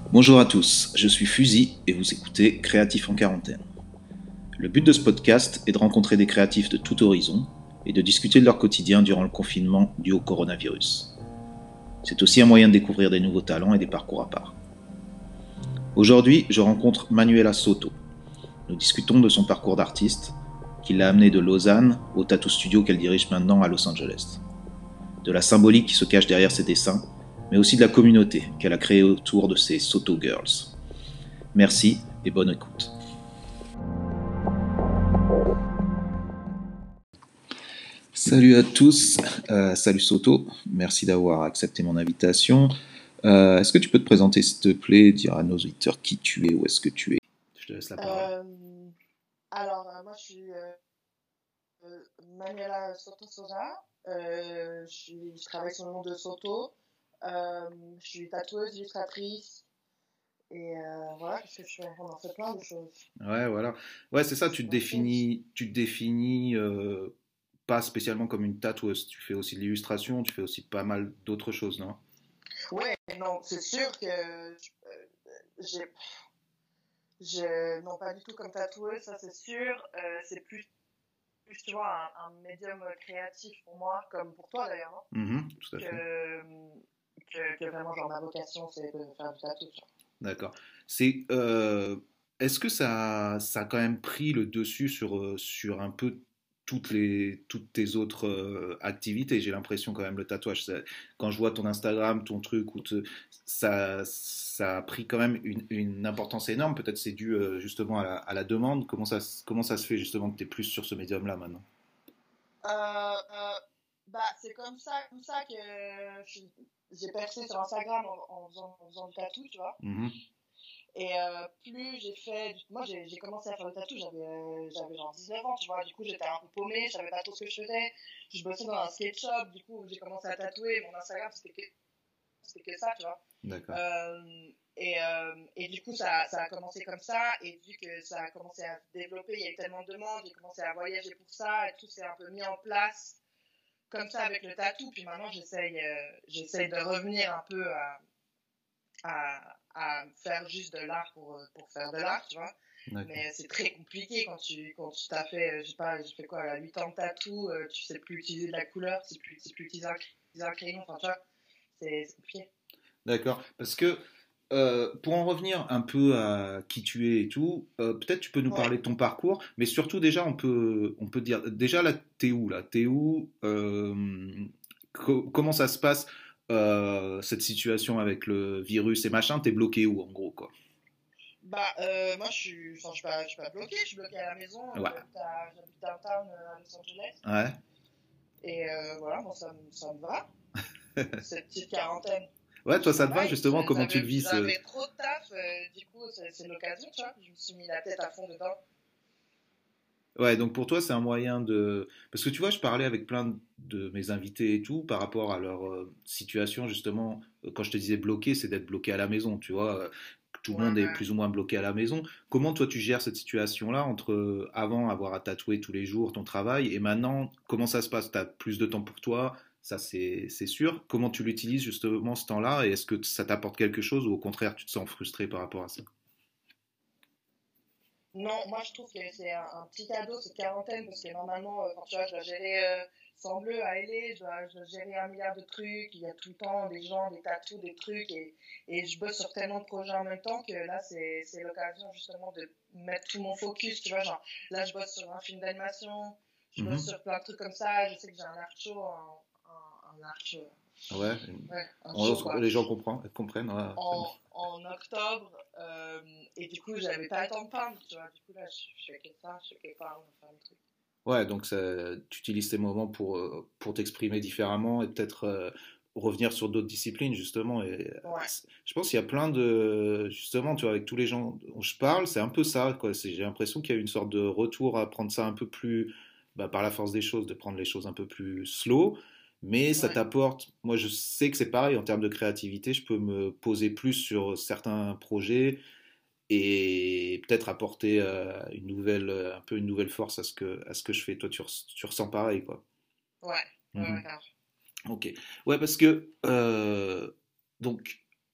Bonjour à tous, je suis Fusil et vous écoutez Créatifs en quarantaine. Le but de ce podcast est de rencontrer des créatifs de tout horizon et de discuter de leur quotidien durant le confinement dû au coronavirus. C'est aussi un moyen de découvrir des nouveaux talents et des parcours à part. Aujourd'hui, je rencontre Manuela Soto. Nous discutons de son parcours d'artiste, qui l'a amené de Lausanne au tattoo studio qu'elle dirige maintenant à Los Angeles. De la symbolique qui se cache derrière ses dessins, mais aussi de la communauté qu'elle a créée autour de ses Soto Girls. Merci et bonne écoute. Salut à tous, salut Soto, merci d'avoir accepté mon invitation. Est-ce que tu peux te présenter s'il te plaît, dire à nos auditeurs qui tu es, où est-ce que tu es? Je te laisse la parole. Moi, je suis Manuela Soto Sosa. Je travaille sous le nom de Soto. Je suis tatoueuse, illustratrice. Et voilà, qu'est-ce que je fais? On en fait plein de choses. Ouais, voilà. Ouais, c'est ça, Je suis danseuse. tu te définis pas spécialement comme une tatoueuse. Tu fais aussi de l'illustration, tu fais aussi pas mal d'autres choses, non? Ouais, non, c'est sûr que j'ai, non, pas du tout comme tatoueuse, ça c'est sûr. C'est plus, tu vois, un médium créatif pour moi, comme pour toi d'ailleurs, non? Tout à fait. que, que vraiment, genre, ma vocation, c'est de faire du tatou. D'accord. C'est, est-ce que ça a quand même pris le dessus sur un peu toutes tes autres activités? J'ai l'impression quand même le tatouage. Quand je vois ton Instagram, ton truc, ça a pris quand même une importance énorme. Peut-être c'est dû justement à la demande. Comment ça se fait justement que tu es plus sur ce médium-là maintenant? Euh, euh, c'est comme ça que j'ai percé sur Instagram en faisant du tatou, tu vois. Mhm. Et plus j'ai fait. Moi, j'ai commencé à faire le tatou, j'avais genre 19 ans, tu vois. Du coup, j'étais un peu paumée, je savais pas trop ce que je faisais. Je bossais dans un skate shop, du coup, j'ai commencé à tatouer. Mon Instagram, c'était que ça, tu vois. D'accord. Et du coup, ça a commencé comme ça. Et vu que ça a commencé à se développer, il y a eu tellement de demandes, j'ai commencé à voyager pour ça, et tout s'est un peu mis en place comme ça avec le tatou. Puis maintenant, j'essaye de revenir un peu à faire juste de l'art pour faire de l'art, tu vois. D'accord. Mais c'est très compliqué quand tu t'as fait, je sais pas, j'ai fait quoi, 8 ans de tatou, tu sais plus utiliser de la couleur, tu sais plus utiliser un crayon, enfin, tu vois, c'est compliqué. D'accord. Parce que pour en revenir un peu à qui tu es et tout, peut-être tu peux nous Ouais. parler de ton parcours, mais surtout déjà on peut dire déjà là t'es où là? T'es où? Comment ça se passe cette situation avec le virus et machin? T'es bloqué où en gros quoi? Moi, je suis pas bloquée, je suis bloquée à la maison, Ouais. j'habite downtown à Los Angeles, Ouais. et voilà, moi, ça me va, cette petite quarantaine. Ouais, toi ça te va Voilà, et puis justement comment tu le vis ce... j'avais trop de taf, du coup, c'est l'occasion, tu vois, je me suis mis la tête à fond dedans. Ouais, donc pour toi, c'est un moyen de... Parce que tu vois, je parlais avec plein de mes invités et tout par rapport à leur situation, justement. Quand je te disais bloqué, c'est d'être bloqué à la maison, tu vois. Tout le monde est Ouais. plus ou moins bloqué à la maison. Comment toi, tu gères cette situation-là entre avant avoir à tatouer tous les jours ton travail et maintenant, comment ça se passe? Tu as plus de temps pour toi, ça c'est sûr. Comment tu l'utilises justement ce temps-là et est-ce que ça t'apporte quelque chose ou au contraire, tu te sens frustré par rapport à ça? Non, moi je trouve que c'est un petit cadeau cette quarantaine parce que normalement, quand tu vois, je dois gérer sans bleu à LA, je dois gérer un milliard de trucs, il y a tout le temps des gens, des tatous, des trucs et je bosse sur tellement de projets en même temps que là c'est l'occasion justement de mettre tout mon focus, tu vois, genre là je bosse sur un film d'animation, je bosse Mhm. sur plein de trucs comme ça, je sais que j'ai un art show, un art show, Ouais, ouais, un show quoi, les gens comprennent, ouais, c'est bon. en octobre. Et du coup, j'avais pas le temps de peindre, tu vois. Du coup, là, je fais que ça, je fais que peindre, faire le truc. Ouais, donc tu utilises ces moments pour t'exprimer différemment et peut-être revenir sur d'autres disciplines, justement. Et Ouais, je pense qu'il y a plein de... Justement, tu vois, avec tous les gens dont je parle, c'est un peu ça, quoi. J'ai l'impression qu'il y a une sorte de retour à prendre ça un peu plus, bah, par la force des choses, de prendre les choses un peu plus slow. Mais ça ouais. t'apporte... Moi, je sais que c'est pareil en termes de créativité. Je peux me poser plus sur certains projets et peut-être apporter un peu une nouvelle force à ce que je fais. Toi, tu ressens pareil, quoi. Ouais, ouais, Mhm. grave. Ok. Ouais, parce que donc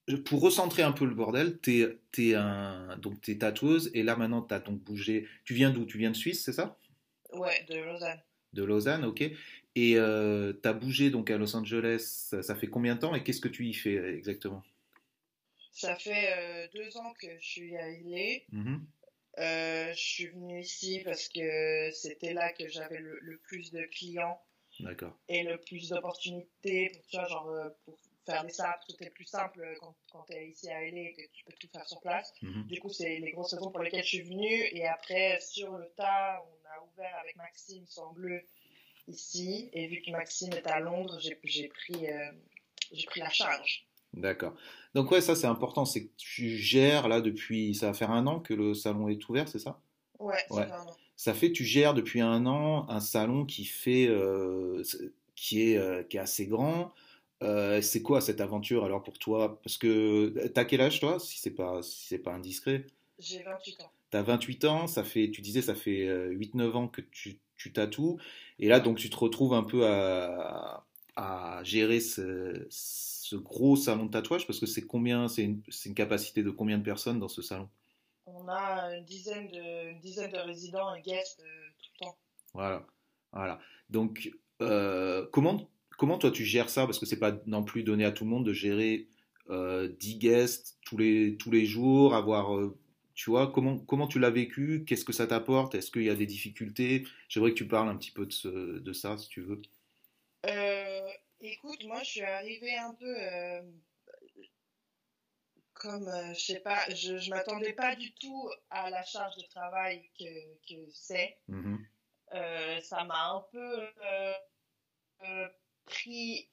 pour recentrer un peu le bordel, donc t'es tatoueuse et là maintenant t'as donc bougé. Tu viens d'où? Tu viens de Suisse, c'est ça? Ouais, de Lausanne. De Lausanne, ok. Et t'as bougé donc à Los Angeles, ça fait combien de temps et qu'est-ce que tu y fais exactement? Ça fait 2 ans que je suis à Ilé. Mhm. Je suis venue ici parce que c'était là que j'avais le plus de clients D'accord. et le plus d'opportunités pour, tu vois, genre, pour faire des sapes, tout est plus simple quand tu es ici à LA et que tu peux tout faire sur place. Mhm. Du coup, c'est les grosses raisons pour lesquelles je suis venue. Et après, sur le tas, on a ouvert avec Maxime sans bleu ici. Et vu que Maxime est à Londres, j'ai pris la charge. D'accord. Donc ouais, ça c'est important, c'est que tu gères là depuis, ça va faire un an que le salon est ouvert, c'est ça? Ouais, ça Ouais. fait un an. Ça fait, tu gères depuis un an un salon qui fait, qui est assez grand. C'est quoi cette aventure alors pour toi? Parce que t'as quel âge toi, si c'est pas indiscret? J'ai 28 ans. T'as 28 ans, ça fait, tu disais, ça fait 8-9 ans que tu tatoues. Et là, donc, tu te retrouves un peu à gérer ce gros salon de tatouage parce que c'est une capacité de combien de personnes dans ce salon? On a une dizaine de résidents et guests tout le temps. Voilà. Voilà. Donc, comment toi tu gères ça? Parce que c'est pas non plus donné à tout le monde de gérer 10 guests tous les jours, tu vois, comment tu l'as vécu? Qu'est-ce que ça t'apporte? Est-ce qu'il y a des difficultés? J'aimerais que tu parles un petit peu de ça, si tu veux. Euh, Écoute, moi je suis arrivée un peu comme, je sais pas, je m'attendais pas du tout à la charge de travail que c'est. Mhm. Ça m'a un peu euh, pris.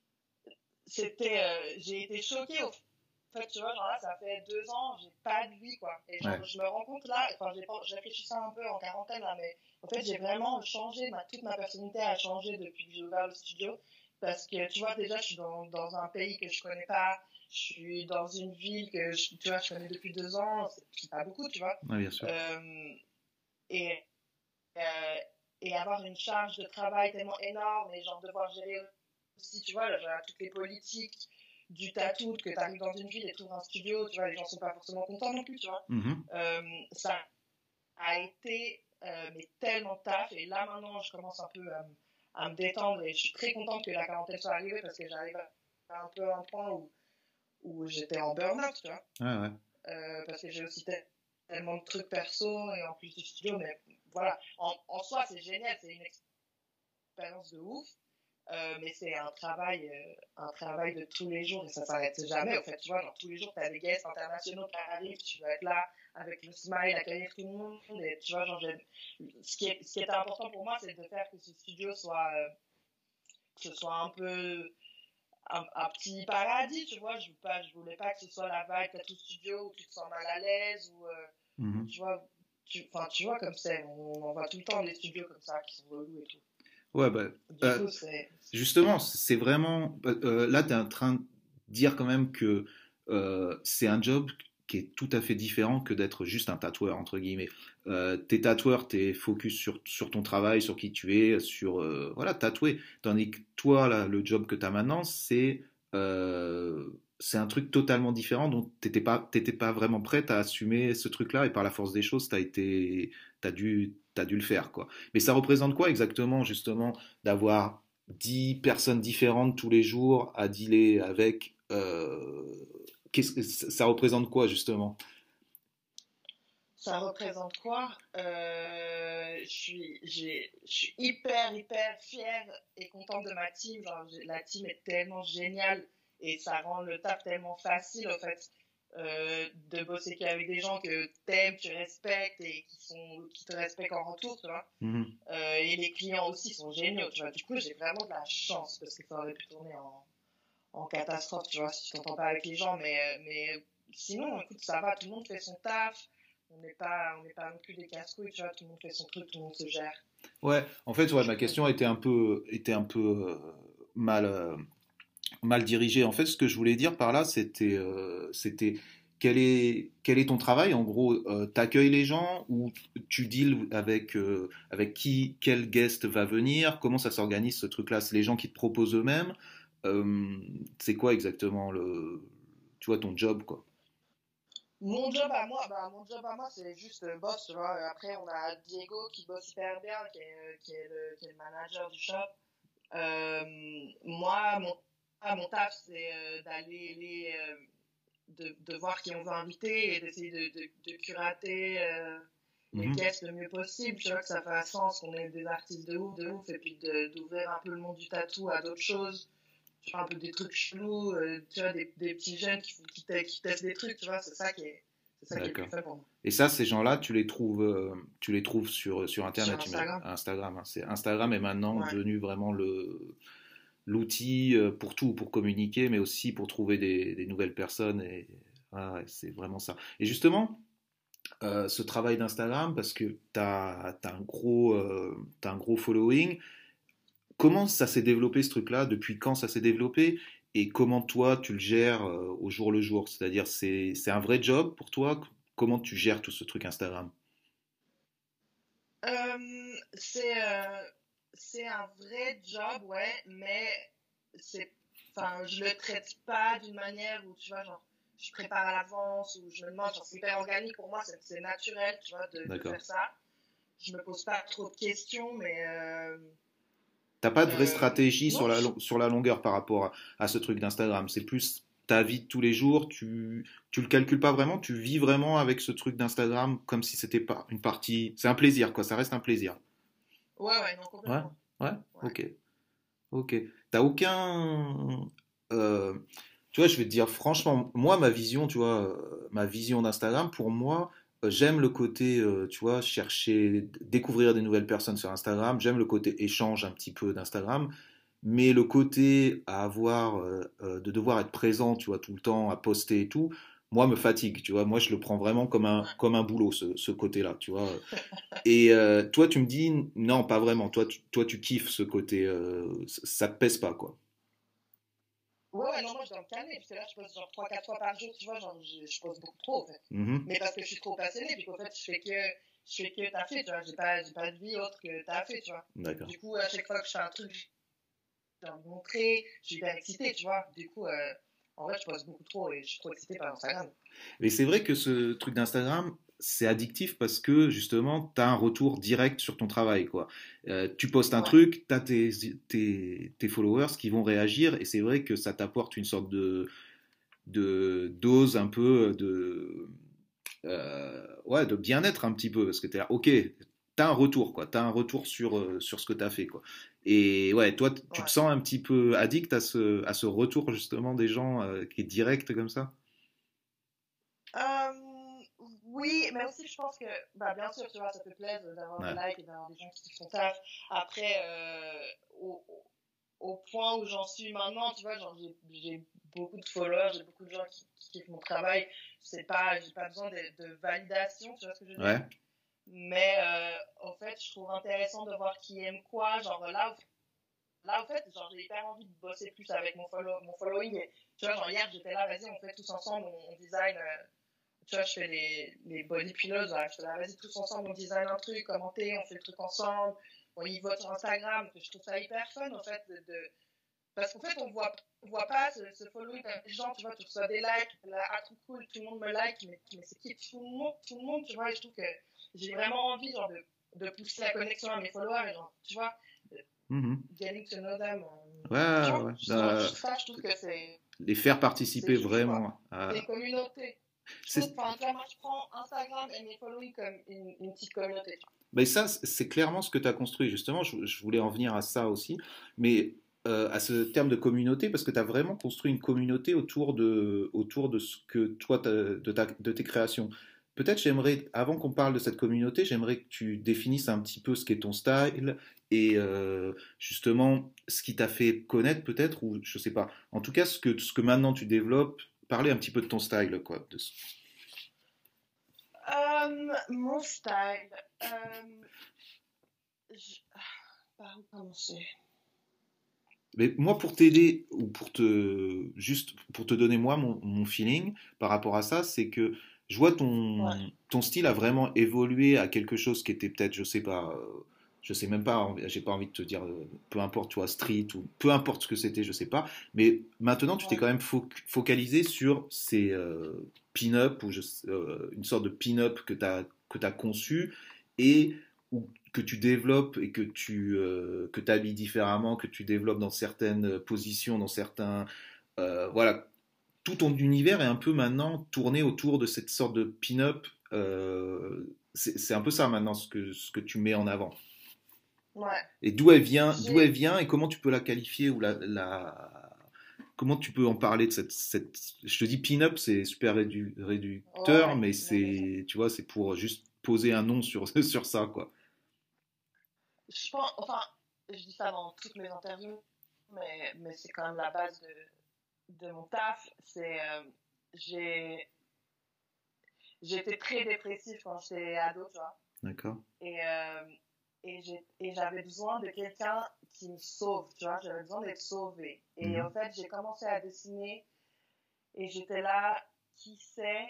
J'ai été choquée au fait, tu vois, genre là, ça fait 2 ans, j'ai pas de vie, quoi. Et Ouais. genre, je me rends compte là, enfin, j'ai réfléchi ça un peu en quarantaine, là, mais en fait, j'ai vraiment changé, toute ma personnalité a changé depuis que j'ai ouvert le studio. Parce que, tu vois, déjà, je suis dans un pays que je connais pas, je suis dans une ville que, tu vois, je connais depuis 2 ans, c'est pas beaucoup, tu vois. Ouais, bien sûr. Euh, et, euh, et avoir une charge de travail tellement énorme et genre devoir gérer aussi, tu vois, genre, toutes les politiques du tatou, que tu arrives dans une ville et tu ouvres un studio, tu vois, les gens sont pas forcément contents non plus, tu vois. Mhm. Ça a été mais tellement taf et là maintenant je commence un peu à me détendre et je suis très contente que la quarantaine soit arrivée parce que j'arrive à un peu à un point où j'étais en burn-out, tu vois. Ouais, ouais. Parce que j'ai aussi tellement de trucs perso et en plus du studio, mais voilà, en soi c'est génial, c'est une expérience de ouf. Mais c'est un travail de tous les jours et ça s'arrête jamais. En fait, tu vois, genre, tous les jours, tu as des guests internationaux qui arrivent, tu dois être là avec le smile, accueillir tout le monde. Et tu vois, genre, ce qui était important pour moi, c'est de faire que ce studio que ce soit un peu un petit paradis, tu vois. Je voulais pas que ce soit la vibe tattoo studio où tu te sens mal à l'aise ou Mhm. tu vois, tu vois comme c'est. On voit tout le temps des studios comme ça qui sont relous et tout. Ouais, bah, Du euh, coup, c'est. justement, c'est vraiment. Là, tu es en train de dire quand même que c'est un job qui est tout à fait différent que d'être juste un tatoueur, entre guillemets. T'es tatoueur, t'es focus sur ton travail, sur qui tu es, voilà, tatouer. Tandis que toi, là, le job que tu as maintenant, c'est un truc totalement différent, donc t'étais pas vraiment prête à assumer ce truc-là, et par la force des choses, t'as dû le faire, quoi. Mais ça représente quoi exactement, justement, d'avoir 10 personnes différentes tous les jours à dealer avec ça représente quoi justement? Ça représente quoi? Je suis hyper, hyper fière et contente de ma team. Genre, la team est tellement géniale et ça rend le taf tellement facile, en fait, de bosser qu'avec des gens que t'aimes, tu respectes et qui te respectent en retour, tu vois. Mhm. Et les clients aussi sont géniaux, tu vois. Du coup, j'ai vraiment de la chance parce que ça aurait pu tourner en catastrophe, tu vois, si tu t'entends pas avec les gens. Mais sinon, écoute, ça va, tout le monde fait son taf. On n'est pas non plus des casse-couilles, tu vois, tout le monde fait son truc, tout le monde se gère. Ouais, en fait, ouais, Du ma coup, question était un peu mal, mal dirigée. En fait, ce que je voulais dire par là, c'était quel est ton travail? En gros, t'accueilles les gens ou tu deals avec qui, quel guest va venir? Comment ça s'organise ce truc-là? C'est les gens qui te proposent eux-mêmes? C'est quoi exactement le... tu vois, ton job, quoi. Mon job à moi, c'est juste boss, tu vois. Après, on a Diego qui bosse super bien, qui est le manager du shop. Moi, mon taf, c'est de voir qui on veut inviter et d'essayer de curater les guests le mieux possible. Tu vois, que ça fasse sens, qu'on ait des artistes de ouf, et puis d'ouvrir un peu le monde du tatou à d'autres choses. Tu vois, un peu des trucs chelous, tu vois, des petits jeunes qui testent des trucs, tu vois, c'est ça qui est le plus fun pour moi. Et ça, ces gens-là, tu les trouves sur Internet, Sur Instagram. Instagram, hein. Instagram est maintenant Ouais. devenu vraiment l'outil pour tout, pour communiquer, mais aussi pour trouver des nouvelles personnes. Et ouais, c'est vraiment ça. Et justement, ce travail d'Instagram, parce que t'as un gros following, comment ça s'est développé ce truc-là? Depuis quand ça s'est développé? Et comment toi tu le gères au jour le jour? C'est-à-dire c'est un vrai job pour toi? Comment tu gères tout ce truc Instagram? Euh, c'est euh, c'est un vrai job, ouais, mais c'est, enfin, je le traite pas d'une manière où, tu vois, genre, je prépare à l'avance ou je me demande, genre, c'est hyper organique pour moi, c'est naturel, tu vois, de D'accord. faire ça. Je me pose pas trop de questions, mais T'as pas de vraie stratégie non, sur la longueur par rapport à ce truc d'Instagram. C'est plus ta vie de tous les jours. Tu le calcules pas vraiment. Tu vis vraiment avec ce truc d'Instagram comme si c'était pas une partie. C'est un plaisir, quoi. Ça reste un plaisir. ouais, non, Ouais, complètement. ouais, Ouais. ok. Ok. T'as aucun. euh, Tu vois, je vais te dire franchement, moi, ma vision, tu vois, ma vision d'Instagram, pour moi, j'aime le côté, tu vois, chercher, découvrir des nouvelles personnes sur Instagram. J'aime le côté échange un petit peu d'Instagram. Mais le côté à avoir, de devoir être présent, tu vois, tout le temps, à poster et tout, moi, me fatigue, tu vois. Moi, je le prends vraiment Ouais. comme un boulot, ce côté-là, tu vois. Et toi, tu me dis, non, pas vraiment. Toi, tu kiffes ce côté, ça te pèse pas, quoi. Ouais, non, moi je dois me calmer, parce que là je pose genre 3 4 fois par jour, tu vois, genre je pose beaucoup trop en fait. Mhm. Mais parce que je suis trop passionnée, puis qu'en fait je fais que taffer, tu vois, j'ai pas de vie autre que taffer, tu vois. D'accord. Du coup, à chaque fois que je fais un truc, j'ai envie de montrer, je suis hyper excitée, tu vois. Du coup, en vrai, je pose beaucoup trop et je suis trop excitée par Instagram. Mais c'est vrai que ce truc d'Instagram, c'est addictif parce que justement, tu as un retour direct sur ton travail, quoi. Tu postes un Ouais, truc, tu as tes followers qui vont réagir et c'est vrai que ça t'apporte une sorte de dose un peu ouais, de bien-être un petit peu parce que tu es là, ok, tu as un retour, quoi. Tu as un retour sur ce que tu as fait, quoi. Et ouais, toi, tu te ouais. sens un petit peu addict à ce retour justement des gens qui est direct comme ça? Oui, mais aussi je pense que, bah bien sûr, tu vois, ça fait plaisir d'avoir des Ouais. likes et d'avoir des gens qui kiffent ton taf. Après, au point où j'en suis maintenant, tu vois, genre j'ai beaucoup de followers, j'ai beaucoup de gens qui kiffent mon travail. J'ai pas besoin de validation, tu vois ce que je veux dire. Ouais. Mais en fait, je trouve intéressant de voir qui aime quoi. Genre là, en fait, genre j'ai hyper envie de bosser plus avec mon following. Et, tu vois, genre hier j'étais là, vas-y, on fait tous ensemble, on design. Tu vois, je fais les body pillows, là, je fais là, vas-y, tous ensemble, on design un truc, commenter, on fait le truc ensemble, on y vote sur Instagram, que je trouve ça hyper fun, en fait, parce qu'en fait, on voit pas ce following des gens, tu vois, tu reçois des likes, là, ah, trop cool, tout le monde me like, mais c'est qui tout le monde, tu vois, et je trouve que j'ai vraiment envie, genre, de pousser la connexion à mes followers, et genre, tu vois, Mhm. getting to know them, Ouais, tu vois, ouais. ça, je trouve que Les faire c'est participer kiff, quoi. vraiment. C'est une communauté. Je trouve, C'est- enfin, tu vois, moi, je prends Instagram et mes following comme une petite communauté. mais ça, c'est clairement ce que tu as construit, justement. Je voulais en venir à ça aussi. Mais à ce terme de communauté, parce que tu as vraiment construit une communauté autour de ce que toi, de tes créations. Peut-être j'aimerais, avant qu'on parle de cette communauté, j'aimerais que tu définisses un petit peu ce qu'est ton style et justement ce qui t'a fait connaître peut-être, ou je sais pas. En tout cas, ce que maintenant tu développes, parler un petit peu de ton style, quoi. Mon style. Je- Par où commencer? Mais moi, pour t'aider ou juste pour te donner moi mon feeling par rapport à ça, c'est que je vois Ouais. ton style a vraiment évolué à quelque chose qui était peut-être, je sais pas, Je sais même pas, j'ai pas envie de te dire, peu importe, tu vois, street ou peu importe ce que c'était, je sais pas. Mais maintenant, tu t'es Ouais. quand même focalisé sur ces pin-up ou une sorte de pin-up que t'as conçu et ou que tu développes et que t'habilles différemment, que tu développes dans certaines positions, dans certains, voilà, tout ton univers est un peu maintenant tourné autour de cette sorte de pin-up. C'est un peu ça maintenant ce que tu mets en avant. Ouais. Et d'où elle J'ai, vient et comment tu peux la qualifier ou comment tu peux en parler de je te dis pin-up, c'est super ouais, réducteur, ouais, mais mais je sais. c'est, tu vois, c'est pour juste poser un nom sur, sur ça, quoi. Je pense, enfin, je dis ça dans toutes mes interviews, mais c'est quand même la base de mon taf. J'ai, j'étais très dépressive quand j'étais ado, tu vois. D'accord. Et, euh, et j'avais besoin de quelqu'un qui me sauve, tu vois. J'avais besoin d'être sauvée. Et en Mhm. fait, j'ai commencé à dessiner et j'étais là, qui sait,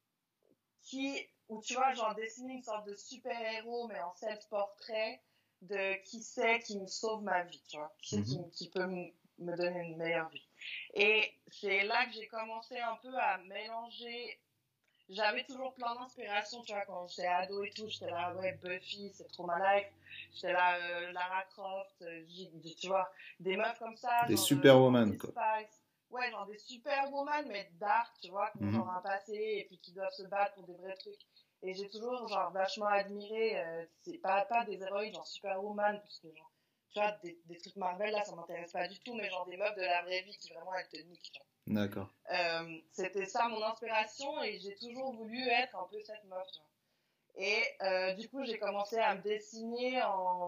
ou tu vois, genre dessiner une sorte de super-héros, mais en self-portrait de qui c'est qui me sauve ma vie, tu vois. Qui c'est Mhm. qui peut me donner une meilleure vie. Et c'est là que j'ai commencé un peu à mélanger. J'avais toujours plein d'inspiration, tu vois, quand j'étais ado et tout, j'étais là, ouais, Buffy, c'est trop ma life. J'étais là, Lara Croft, tu vois, des meufs comme ça, Des genre Superwoman, Pumpkin quoi. Spice. Ouais, genre des superwoman, mais dark, tu vois, qui ont genre Mhm. un passé et puis qui doivent se battre pour des vrais trucs. Et j'ai toujours, genre, vachement admiré, c'est pas des héroïnes, genre Superwoman, parce que, genre, tu vois, des trucs Marvel, là, ça m'intéresse pas du tout, mais genre des meufs de la vraie vie qui vraiment, elles te niquent, tu vois. D'accord. C'était ça mon inspiration et j'ai toujours voulu être un peu cette meuf. Tu vois. Et du coup, j'ai commencé à me dessiner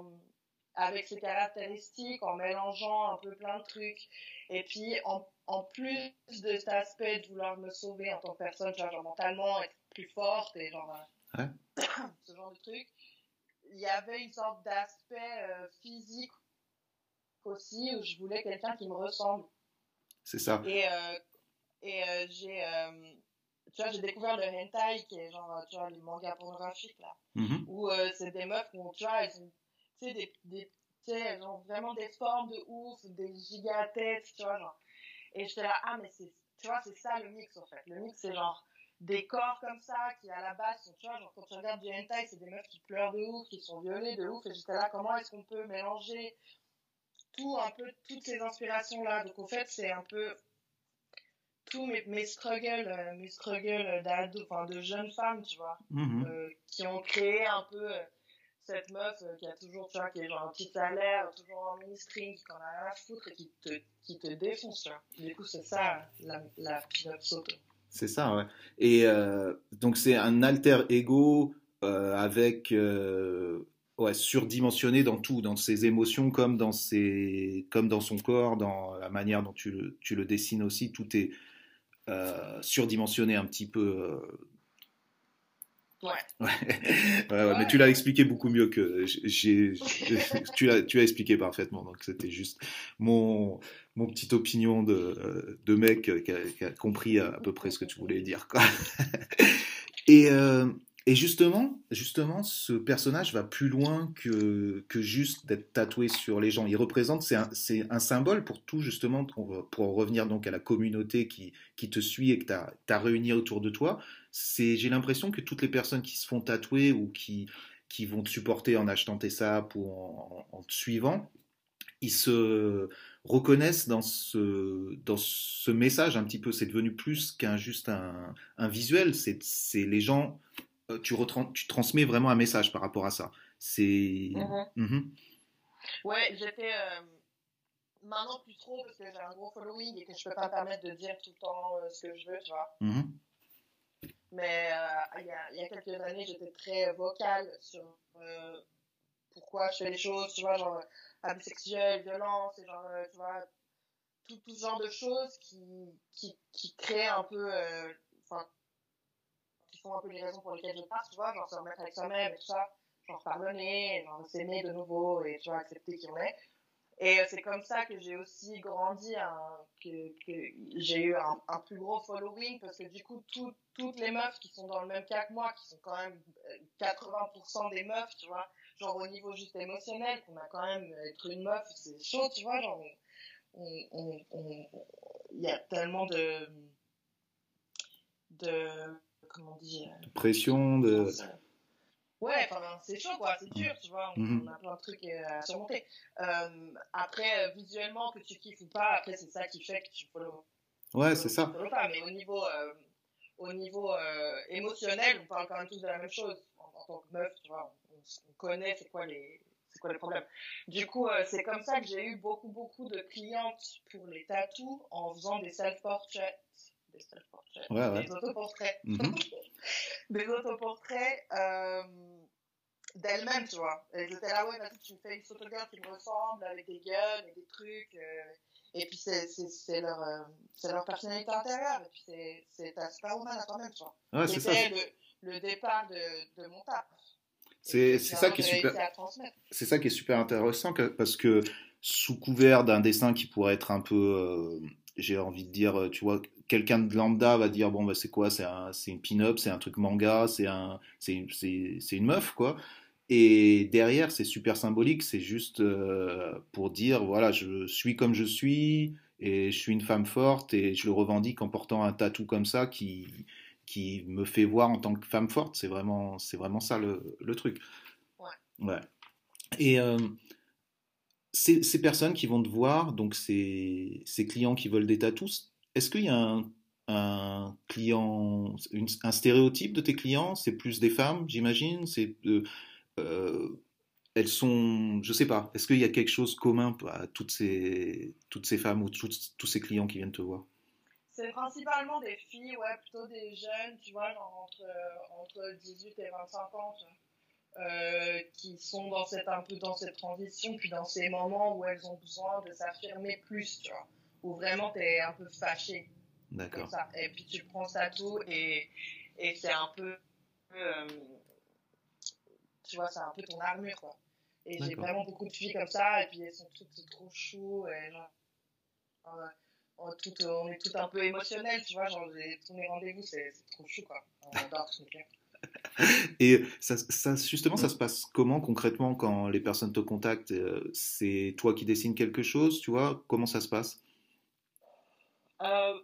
avec ces caractéristiques, en mélangeant un peu plein de trucs. Et puis, en plus de cet aspect de vouloir me sauver en tant que personne, tu vois, genre mentalement être plus forte et genre Ouais, ce genre de trucs, il y avait une sorte d'aspect physique aussi où je voulais quelqu'un qui me ressemble. c'est ça. Et, euh, et tu vois, j'ai découvert le hentai, qui est genre, tu vois, les mangas pornographiques, là, Mhm. où c'est des meufs où, tu vois, elles ont, tu sais, tu sais, elles ont vraiment des formes de ouf, des giga-têtes, tu vois, genre. Et j'étais là, ah, mais tu vois, c'est ça le mix, en fait. Le mix, c'est genre des corps comme ça, qui à la base sont, tu vois, genre, quand tu regardes du hentai, c'est des meufs qui pleurent de ouf, qui sont violées de ouf, et j'étais là, comment est-ce qu'on peut mélanger tout, un peu, toutes ces inspirations-là. Donc, en fait, c'est un peu tous mes struggles d'ado, enfin de jeunes femmes, tu vois, Mhm. qui ont créé un peu cette meuf qui a toujours, tu vois, qui est genre un petit salaire, toujours en mini-string, qui en a rien à foutre et qui te défonce, tu vois. Du coup, c'est ça, la pin-up sauto. C'est ça, ouais. Et donc c'est un alter ego avec ouais, surdimensionné dans tout, dans ses émotions comme dans son corps, dans la manière dont tu le dessines aussi. Tout est surdimensionné un petit peu. Ouais. Ouais. Ouais, ouais, mais tu Ouais, l'as non, expliqué beaucoup mieux que tu l'as expliqué parfaitement. Donc c'était juste mon mon petite opinion de mec qui a compris à peu près ce que tu voulais dire, quoi. Et, et justement, ce personnage va plus loin que juste d'être tatoué sur les gens. Il représente, c'est un symbole pour tout, justement, pour en revenir donc à la communauté qui te suit et que tu as réuni autour de toi. J'ai l'impression que toutes les personnes qui se font tatouer ou qui vont te supporter en achetant tes sapes ou en te suivant, ils se reconnaissent dans ce message un petit peu. C'est devenu plus qu'un juste un visuel. C'est les gens. Tu transmets vraiment un message par rapport à ça. C'est. mhm. Mhm, Ouais, j'étais maintenant plus trop parce que j'ai un gros following et que je peux pas me permettre de dire tout le temps ce que je veux, tu vois. mhm, Mais il y a quelques années, j'étais très vocale sur pourquoi je fais les choses, tu vois, genre abus sexuels, violence, et genre, tu vois, tout ce genre de choses qui créent un peu, enfin, qui sont un peu les raisons pour lesquelles je pars, tu vois, genre se remettre avec soi-même et tout ça, genre pardonner, genre s'aimer de nouveau et tu vois, accepter qui on est. Et c'est comme ça que j'ai aussi grandi, hein, que j'ai eu un plus gros following parce que du coup, toutes les meufs qui sont dans le même cas que moi, qui sont quand même 80% des meufs, tu vois, genre au niveau juste émotionnel, qu'on a quand même, être une meuf, c'est chaud, tu vois, genre, il y a tellement de, comment on dit, Pression, ouais, enfin, c'est chaud, quoi, c'est dur, tu vois, on a plein de trucs à surmonter. Après, visuellement, que tu kiffes ou pas, après, c'est ça qui fait que tu follow. Ouais, c'est ça. Follow pas, mais au niveau émotionnel, on parle quand même tous de la même chose. En tant que meuf, tu vois, on connaît c'est quoi les problèmes. Du coup, c'est comme ça que j'ai eu beaucoup de clientes pour les tatous en faisant des self-portraits. Des self-portraits. Ouais, ouais. Des autoportraits. Des autoportraits d'elles-mêmes, tu vois. Elles étaient là, ouais, vas-y, tu me fais une photographe qui me ressemble avec des gueules et des trucs. Et puis c'est leur personnalité intérieure. Et puis c'est ta superwoman à toi-même, tu vois. Ouais, c'est ça. C'était le départ de mon taf. C'est ça qui est super. C'est ça qui est super intéressant parce que sous couvert d'un dessin qui pourrait être un peu, j'ai envie de dire, tu vois, quelqu'un de lambda va dire bon bah c'est quoi, c'est une pin-up, c'est un truc manga, c'est une meuf quoi. Et derrière c'est super symbolique, c'est juste pour dire voilà je suis comme je suis et je suis une femme forte et je le revendique en portant un tatou comme ça qui me fait voir en tant que femme forte. C'est vraiment ça le truc. Ouais. Ouais. Et ces personnes qui vont te voir, donc ces clients qui veulent des tatous, est-ce qu'il y a un client, un stéréotype de tes clients? C'est plus des femmes, j'imagine. Euh, elles sont, je sais pas. Est-ce qu'il y a quelque chose commun à toutes ces femmes ou tous ces clients qui viennent te voir? C'est principalement des filles, ouais, plutôt des jeunes, tu vois, genre entre 18 et 25 ans, tu vois, qui sont un peu dans cette transition, puis dans ces moments où elles ont besoin de s'affirmer plus, tu vois, où vraiment t'es un peu fâché, comme D'accord. ça. Et puis tu prends ça tout et c'est un peu, euh, tu vois, c'est un peu ton armure, quoi. Et j'ai vraiment beaucoup de filles comme ça, et puis elles sont toutes trop chou, et genre, on est tout un peu émotionnel, tu vois, genre tous mes rendez-vous, c'est trop chou, quoi. On adore ce truc-là. Et justement, ça se passe comment concrètement quand les personnes te contactent? C'est toi qui dessines quelque chose, tu vois? Comment ça se passe? Euh,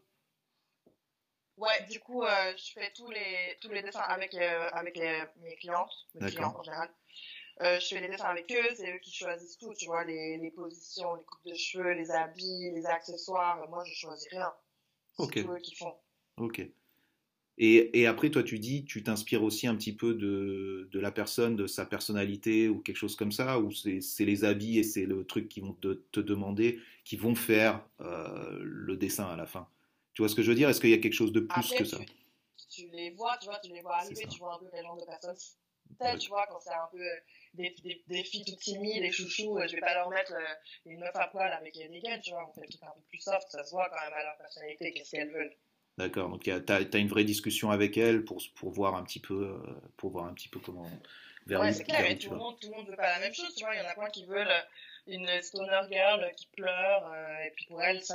ouais, du coup, je fais tous les dessins avec mes clientes, mes clients en général. Je fais les dessins avec eux, c'est eux qui choisissent tout, tu vois, les positions, les coupes de cheveux, les habits, les accessoires. Moi, je choisis rien. C'est Ok, tout eux qui font. ok. Et après, toi, tu dis, tu t'inspires aussi un petit peu de la personne, de sa personnalité ou quelque chose comme ça, ou c'est les habits et c'est le truc qu'ils vont te demander, qui vont faire le dessin à la fin. Tu vois ce que je veux dire? Est-ce qu'il y a quelque chose de plus que Après, ça? tu les vois, tu les vois C'est arriver, ça. tu vois un peu quel genre de personnes c'est, tu vois, quand c'est un peu des filles toutes timides, des chouchous, je vais pas leur mettre une meuf à poil avec des gaines, tu vois, on fait le truc un peu plus soft, ça se voit quand même à leur personnalité, qu'est-ce qu'elles veulent. D'accord. Donc, t'as une vraie discussion avec elle pour voir un petit peu, comment, Ouais, c'est clair, vers où et tu vas. tout le monde veut pas la même chose, tu vois, il y en a plein qui veulent une stoner girl qui pleure, et puis pour elles,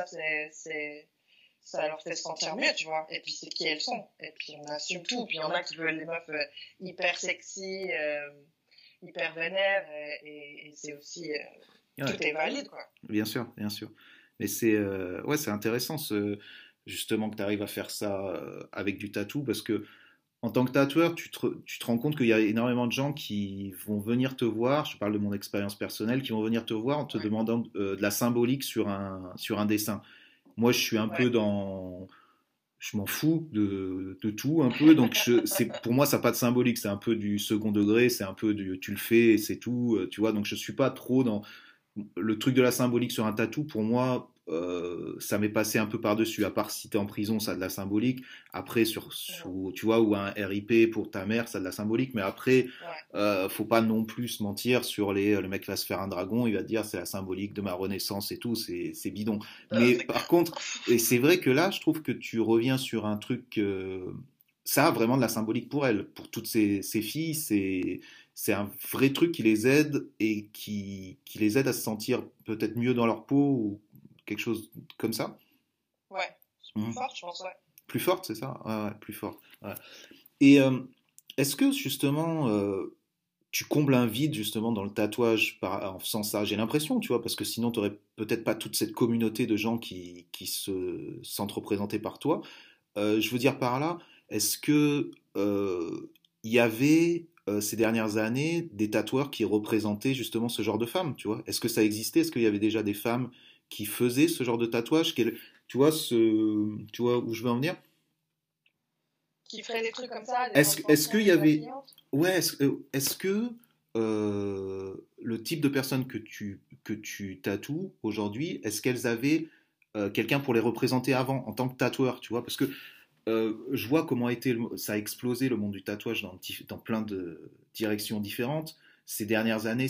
ça leur fait se sentir mieux, tu vois. Et puis c'est qui elles sont. Et puis on assume tout. Puis il y en a qui veulent des meufs hyper sexy, hyper vénères. Et c'est aussi. Ouais, Tout est valide, quoi. bien sûr, bien sûr. Mais ouais, c'est intéressant justement que tu arrives à faire ça avec du tatou parce que en tant que tatoueur, tu te rends compte qu'il y a énormément de gens qui vont venir te voir, je parle de mon expérience personnelle, qui vont venir te voir en te Ouais. demandant de la symbolique sur un dessin. Moi, je suis un peu Ouais. dans... Je m'en fous de tout un peu, donc pour moi, ça n'a pas de symbolique, c'est un peu du second degré, c'est un peu du tu le fais et c'est tout, tu vois, donc je suis pas trop dans le truc de la symbolique sur un tatou, pour moi, ça m'est passé un peu par-dessus. À part si t'es en prison, ça a de la symbolique. Après, tu vois, ou un RIP pour ta mère, ça a de la symbolique. Mais après, Ouais. faut pas non plus se mentir sur le mec va se faire un dragon, il va dire c'est la symbolique de ma renaissance et tout, c'est bidon. Mais par contre, et c'est vrai que là, je trouve que tu reviens sur un truc. Ça a vraiment de la symbolique pour elle, pour toutes ces filles, c'est un vrai truc qui les aide et qui les aide à se sentir peut-être mieux dans leur peau ou quelque chose comme ça. Ouais. C'est plus Mhm. fort, je pense, ouais. Plus forte, c'est ça? Ouais, ouais, plus forte. Ouais. Et est-ce que justement, tu combles un vide justement dans le tatouage en faisant ça. J'ai l'impression, tu vois, parce que sinon tu n'aurais peut-être pas toute cette communauté de gens qui se sentent représentés par toi. Je veux dire par là, est-ce que il y avait ces dernières années des tatoueurs qui représentaient justement ce genre de femmes, tu vois? Est-ce que ça existait? Est-ce qu'il y avait déjà des femmes qui faisaient ce genre de tatouage? Tu vois où je veux en venir? Qui ferait des trucs comme ça, des Est-ce est-ce intentions qu'il y avait malveillantes. ouais est-ce que le type de personnes que tu tatoues aujourd'hui, est-ce qu'elles avaient quelqu'un pour les représenter avant en tant que tatoueur, tu vois? Parce que je vois comment ça a explosé le monde du tatouage dans plein de directions différentes. Ces dernières années,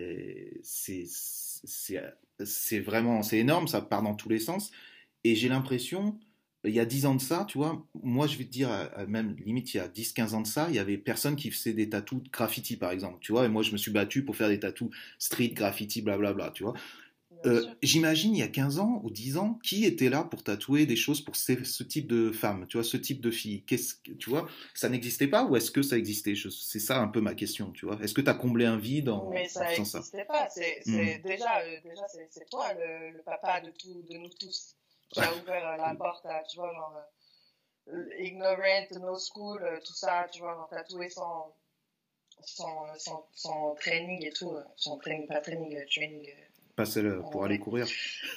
c'est vraiment c'est énorme, ça part dans tous les sens. Et j'ai l'impression, il y a 10 ans de ça, tu vois, moi je vais te dire, même limite il y a 10 15 ans de ça, il y avait personne qui faisait des tatous graffiti par exemple, tu vois, et moi je me suis battu pour faire des tatous street, graffiti, blablabla, tu vois. Bien sûr. J'imagine il y a 15 ans ou 10 ans, qui était là pour tatouer des choses pour ce type de femme, tu vois, ce type de fille. Tu vois, ça n'existait pas ou est-ce que ça existait? C'est ça un peu ma question, tu vois. Est-ce que tu as comblé un vide Mais en ça faisant ça? n'existait pas. Mhm. Déjà c'est toi le papa de nous tous qui a ouvert la porte à, tu vois, genre, ignorant, no school, tout ça, tu vois, genre, tatoué sans training et tout, sans training, pas training, training. Pas celle pour aller En- courir.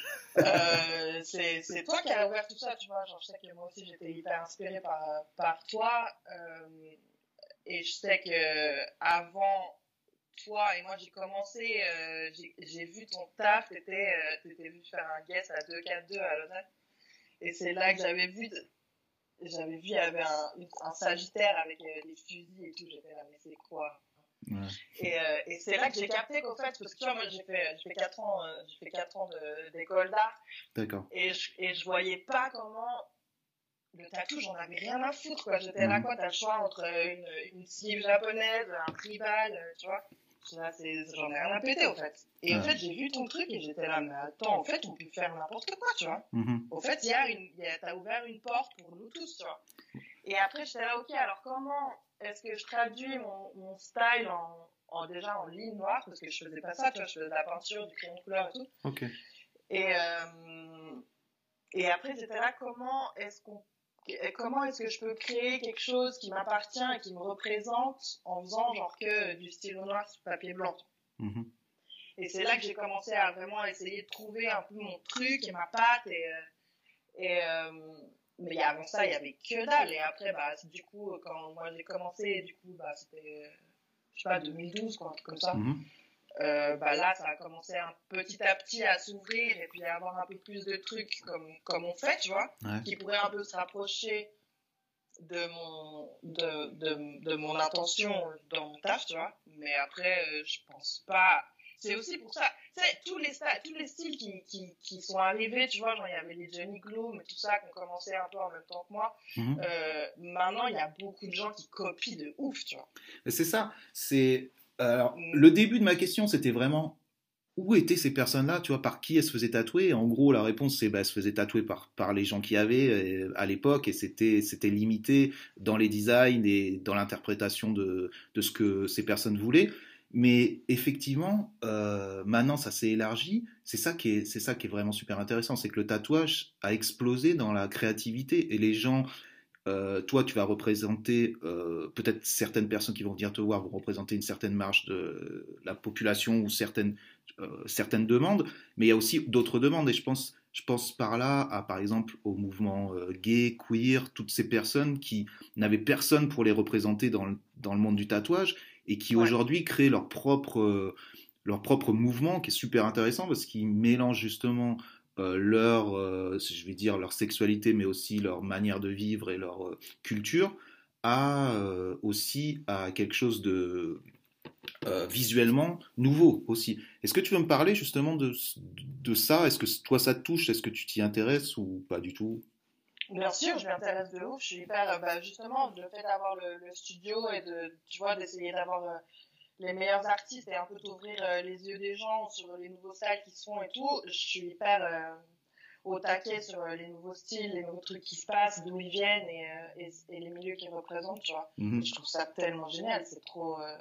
c'est toi qui as ouvert tout ça, tu vois. Genre, je sais que moi aussi j'étais hyper inspirée par toi. Et je sais que avant toi et moi j'ai commencé, j'ai vu ton taf, t'étais venu faire un guest à 242 à Lausanne. Et c'est là que il y avait un sagittaire avec des fusils et tout. J'étais là, mais c'est quoi? Ouais. Et c'est là que j'ai capté qu'au fait, parce que tu vois, moi j'ai fait 4 ans, d'école d'art D'accord. et je voyais pas comment le tatou, j'en avais rien à foutre, quoi. J'étais là, Mhm. quoi, t'as le choix entre une sleeve japonaise, un tribal, tu vois. J'en ai rien à péter, au fait. Et au Ouais. fait, j'ai vu ton truc et j'étais là, mais attends, en fait, on peut faire n'importe quoi, tu vois. Mhm. Au fait, t'as ouvert une porte pour nous tous, tu vois. Et après, j'étais là, ok, alors comment est-ce que je traduis mon style déjà en ligne noire, parce que je faisais pas ça, tu vois, je faisais de la peinture, du crayon de couleur et tout. Ok. Et, et après, j'étais là, comment est-ce que je peux créer quelque chose qui m'appartient et qui me représente en faisant genre que du stylo noir sur papier blanc. Mhm. Et c'est là que j'ai commencé à vraiment essayer de trouver un peu mon truc et ma patte et mais avant ça il y avait que dalle et après bah du coup quand moi j'ai commencé du coup bah c'était je sais pas 2012 quoi un truc comme ça. Mhm. Bah là ça a commencé un petit à petit à s'ouvrir et puis à avoir un peu plus de trucs comme on fait tu vois Ouais. qui pourraient un peu se rapprocher de mon intention dans mon taf, tu vois. Mais après, je pense pas. C'est aussi pour ça. Tu sais, tous les styles qui sont arrivés, tu vois, genre il y avait les Johnny Gloom et tout ça qui ont commencé un peu en même temps que moi. Mhm. Maintenant, il y a beaucoup de gens qui copient de ouf, tu vois. Mais c'est ça. Alors, Mm. le début de ma question, c'était vraiment où étaient ces personnes-là, tu vois, par qui elles se faisaient tatouer? Et en gros, la réponse, c'est bah, elles se faisaient tatouer par les gens qui avaient à l'époque, et c'était limité dans les designs et dans l'interprétation de ce que ces personnes voulaient. Mais effectivement, maintenant, ça s'est élargi. C'est ça qui est vraiment super intéressant, c'est que le tatouage a explosé dans la créativité, et les gens toi, tu vas représenter peut-être certaines personnes qui vont venir te voir, vont représenter une certaine marge de la population ou certaines demandes, mais il y a aussi d'autres demandes. Et je pense par là à, par exemple, au mouvement gay, queer, toutes ces personnes qui n'avaient personne pour les représenter dans le monde du tatouage et qui Ouais. aujourd'hui créent leur propre mouvement qui est super intéressant parce qu'ils mélangent justement je vais dire leur sexualité, mais aussi leur manière de vivre et leur culture, aussi à quelque chose de visuellement nouveau aussi. Est-ce que tu veux me parler justement de ça? Est-ce que toi ça te touche? Est-ce que tu t'y intéresses ou pas du tout? Bien sûr, je m'intéresse de ouf. Je suis hyper, bah, justement, le fait d'avoir le studio et tu vois, d'essayer d'avoir les meilleurs artistes et un peu t'ouvrir les yeux des gens sur les nouveaux styles qui se font et tout. Je suis hyper au taquet sur les nouveaux styles, les nouveaux trucs qui se passent, d'où ils viennent et les milieux qu'ils représentent, tu vois. Et Mhm. je trouve ça tellement génial. C'est trop.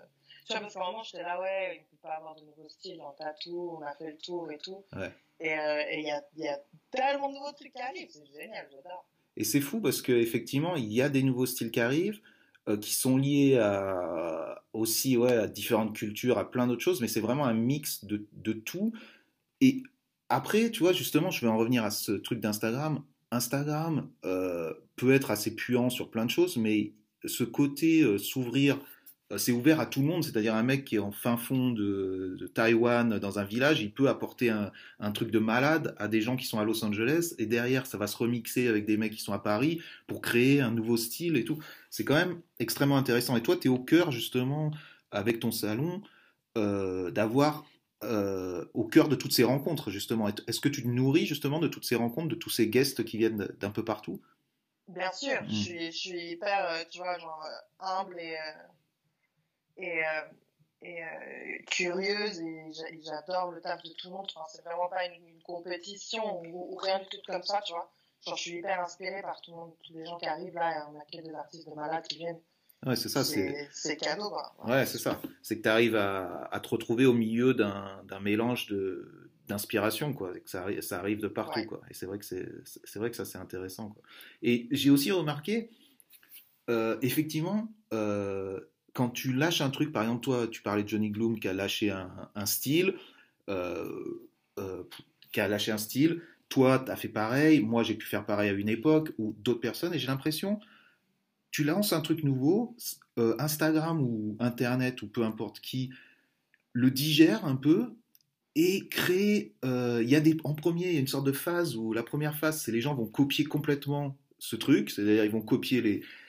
Tu vois, parce qu'à un moment, j'étais là, ouais, il ne peut pas avoir de nouveaux styles dans le tatou, on a fait le tour et tout. Ouais. Et il y a tellement de nouveaux trucs qui arrivent, c'est génial, j'adore. Et c'est fou parce qu'effectivement, il y a des nouveaux styles qui arrivent, qui sont liés aussi ouais, à différentes cultures, à plein d'autres choses, mais c'est vraiment un mix de tout. Et après, tu vois, justement, je vais en revenir à ce truc d'Instagram. Instagram peut être assez puant sur plein de choses, mais ce côté s'ouvrir, c'est ouvert à tout le monde. C'est-à-dire un mec qui est en fin fond de Taïwan, dans un village, il peut apporter un truc de malade à des gens qui sont à Los Angeles, et derrière, ça va se remixer avec des mecs qui sont à Paris pour créer un nouveau style et tout. C'est quand même extrêmement intéressant. Et toi, tu es au cœur, justement, avec ton salon, d'avoir au cœur de toutes ces rencontres, justement. Est-ce que tu te nourris, justement, de toutes ces rencontres, de tous ces guests qui viennent d'un peu partout? Bien sûr, Mm. je suis hyper, tu vois, genre, humble et, euh, curieuse et j'adore le taf de tout le monde. Enfin, c'est vraiment pas une compétition ou rien du tout comme ça, tu vois. Genre, je suis hyper inspirée par tout le monde, tous les gens qui arrivent là, on a que des artistes de malades qui viennent. Ouais, c'est ça, C'est cadeau, quoi. ouais, c'est ça. C'est que tu arrives à te retrouver au milieu d'un mélange d'inspiration, quoi. Et que ça arrive de partout, Ouais. quoi. Et c'est vrai que c'est vrai que ça, c'est intéressant, quoi. Et j'ai aussi remarqué, effectivement, quand tu lâches un truc, par exemple, toi, tu parlais de Johnny Gloom qui a lâché un style, euh, euh, qui a lâché un style. Toi, tu as fait pareil. Moi, j'ai pu faire pareil à une époque, ou d'autres personnes. Et j'ai l'impression, tu lances un truc nouveau, Instagram ou Internet ou peu importe qui le digère un peu et crée. Il y a en premier, il y a une sorte de phase où la première phase, c'est les gens vont copier complètement ce truc, c'est-à-dire ils vont copier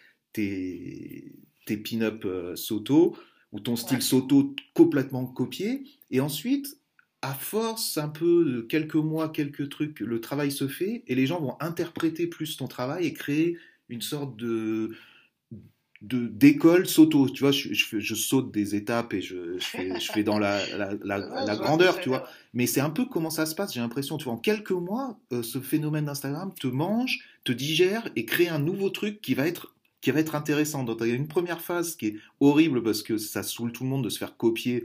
tes pin-up Soto ou ton style Ouais. Soto complètement copié, et ensuite, à force un peu de quelques mois, quelques trucs, le travail se fait et les gens vont interpréter plus ton travail et créer une sorte d'école s'auto, tu vois, je saute des étapes et je fais dans Ouais, la je vois ce que tu grandeur, veux tu dire, vois. ouais. Mais c'est un peu comment ça se passe, j'ai l'impression, tu vois, en quelques mois, ce phénomène d'Instagram te mange, te digère et crée un nouveau truc qui va être intéressant. Donc, il y a une première phase qui est horrible parce que ça saoule tout le monde de se faire copier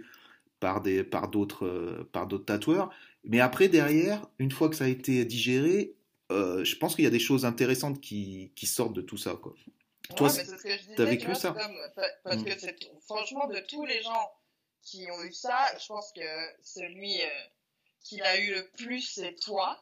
par d'autres tatoueurs. Mais après, derrière, une fois que ça a été digéré, je pense qu'il y a des choses intéressantes qui sortent de tout ça, quoi. Toi, Ouais, mais c'est ce que je t'as disais, tu vécu vois, c'est ça? comme, parce Mm. que c'est, franchement, de tous les gens qui ont eu ça, je pense que celui qui l'a eu le plus, c'est toi.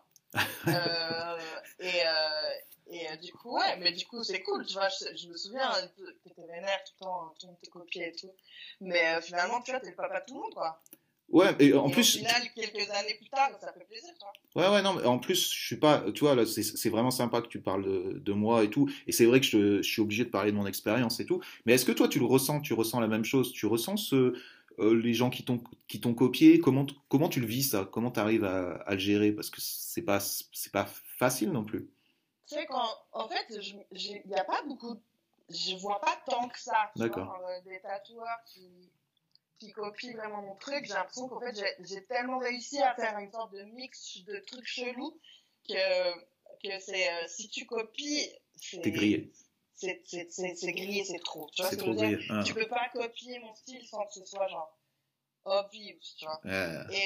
Du coup, ouais, mais du coup, c'est cool, tu vois, je me souviens, t'étais vénère tout le monde te copiait et tout. Mais finalement, tu vois, t'es le papa de tout le monde, quoi. Ouais, et en Et au plus, final, quelques années plus tard, ça fait plaisir, toi. ouais, ouais, non, mais en plus, je suis pas, tu vois, là, c'est vraiment sympa que tu parles de moi et tout, et c'est vrai que je suis obligé de parler de mon expérience et tout, mais est-ce que toi, tu ressens la même chose, tu ressens les gens qui t'ont copié, comment tu le vis ça, comment tu arrives à le gérer, parce que c'est pas facile non plus. Tu sais, en fait, il n'y a pas beaucoup, je vois pas tant que ça, tu vois, D'accord. genre, des tatoueurs qui copient vraiment mon truc. J'ai l'impression qu'en fait, j'ai tellement réussi à faire une sorte de mix de trucs chelous que, si tu copies, T'es c'est grillé. c'est grillé, c'est trop. Tu vois C'est ce que je trop veux dire? grillé. Ah. Tu peux pas copier mon style sans que ce soit genre obvious, tu vois. Euh, Et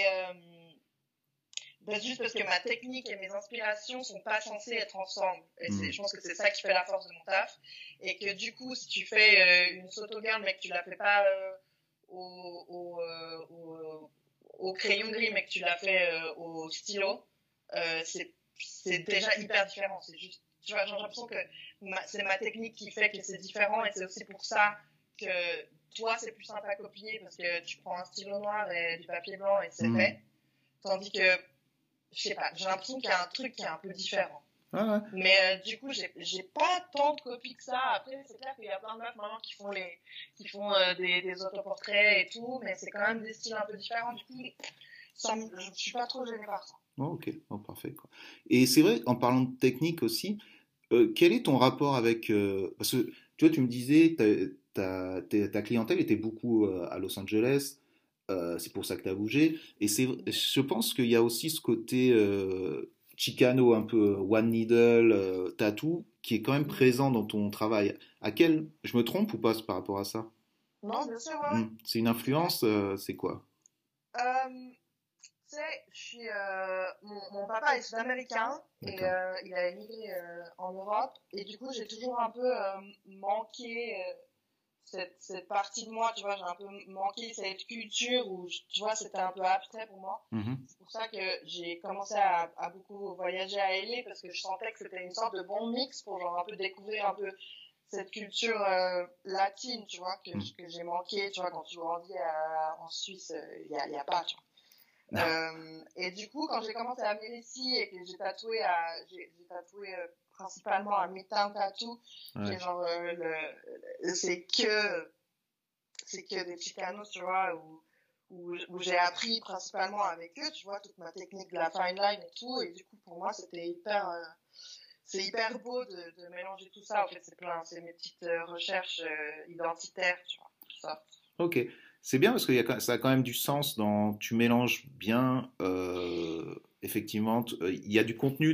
juste parce que ma technique et mes inspirations sont pas censées être ensemble. Et hmm. je pense que c'est ça qui fait la force de mon taf. Et que du coup, si tu fais une sautogarde, mais que tu la fais pas au, au, euh, au, au crayon gris, mais que tu l'as fait au stylo, c'est déjà hyper différent. C'est juste, tu vois, j'ai l'impression que c'est ma technique qui fait que c'est différent. Et c'est aussi pour ça que toi, c'est plus simple à copier parce que tu prends un stylo noir et du papier blanc et c'est Hmm. fait. Tandis que je sais pas, j'ai l'impression qu'il y a un truc qui est un peu différent. Ah ouais. Mais du coup, j'ai pas tant de copies que ça. Après, c'est clair qu'il y a plein de meufs maintenant qui font des autoportraits et tout, mais c'est quand même des styles un peu différents. Du coup, je suis pas trop gênée par ça. Oh, ok, oh, parfait, quoi. Et c'est vrai, en parlant de technique aussi, quel est ton rapport avec... parce que tu vois, tu me disais, ta clientèle était beaucoup à Los Angeles, c'est pour ça que tu as bougé. Et je pense qu'il y a aussi ce côté Chicano, un peu one needle, tattoo, qui est quand même présent dans ton travail. Je me trompe ou pas par rapport à ça? Non, bien sûr, ouais. C'est une influence, c'est quoi? Euh, Tu sais, mon papa est sud-américain et D'accord. il a émigré en Europe. Et du coup, j'ai toujours un peu manqué cette partie de moi, tu vois. J'ai un peu manqué cette culture où, tu vois, c'était un peu abstrait pour moi. Mhm. C'est pour ça que j'ai commencé à beaucoup voyager à LA parce que je sentais que c'était une sorte de bon mix pour genre un peu découvrir un peu cette culture latine, tu vois, Mhm. que j'ai manqué, tu vois, quand tu grandis en Suisse, il y a pas, tu vois. Et du coup, quand j'ai commencé à venir ici et que j'ai tatoué principalement à Midtown Tattoo, qui Ouais. est genre c'est que des Chicanos, tu vois, où j'ai appris principalement avec eux, tu vois, toute ma technique de la fine line et tout. Et du coup, pour moi, c'est hyper beau de mélanger tout ça. En fait, c'est mes petites recherches identitaires, tu vois, tout ça. Ok, c'est bien parce que ça a quand même du sens tu mélanges bien, effectivement, il y a du contenu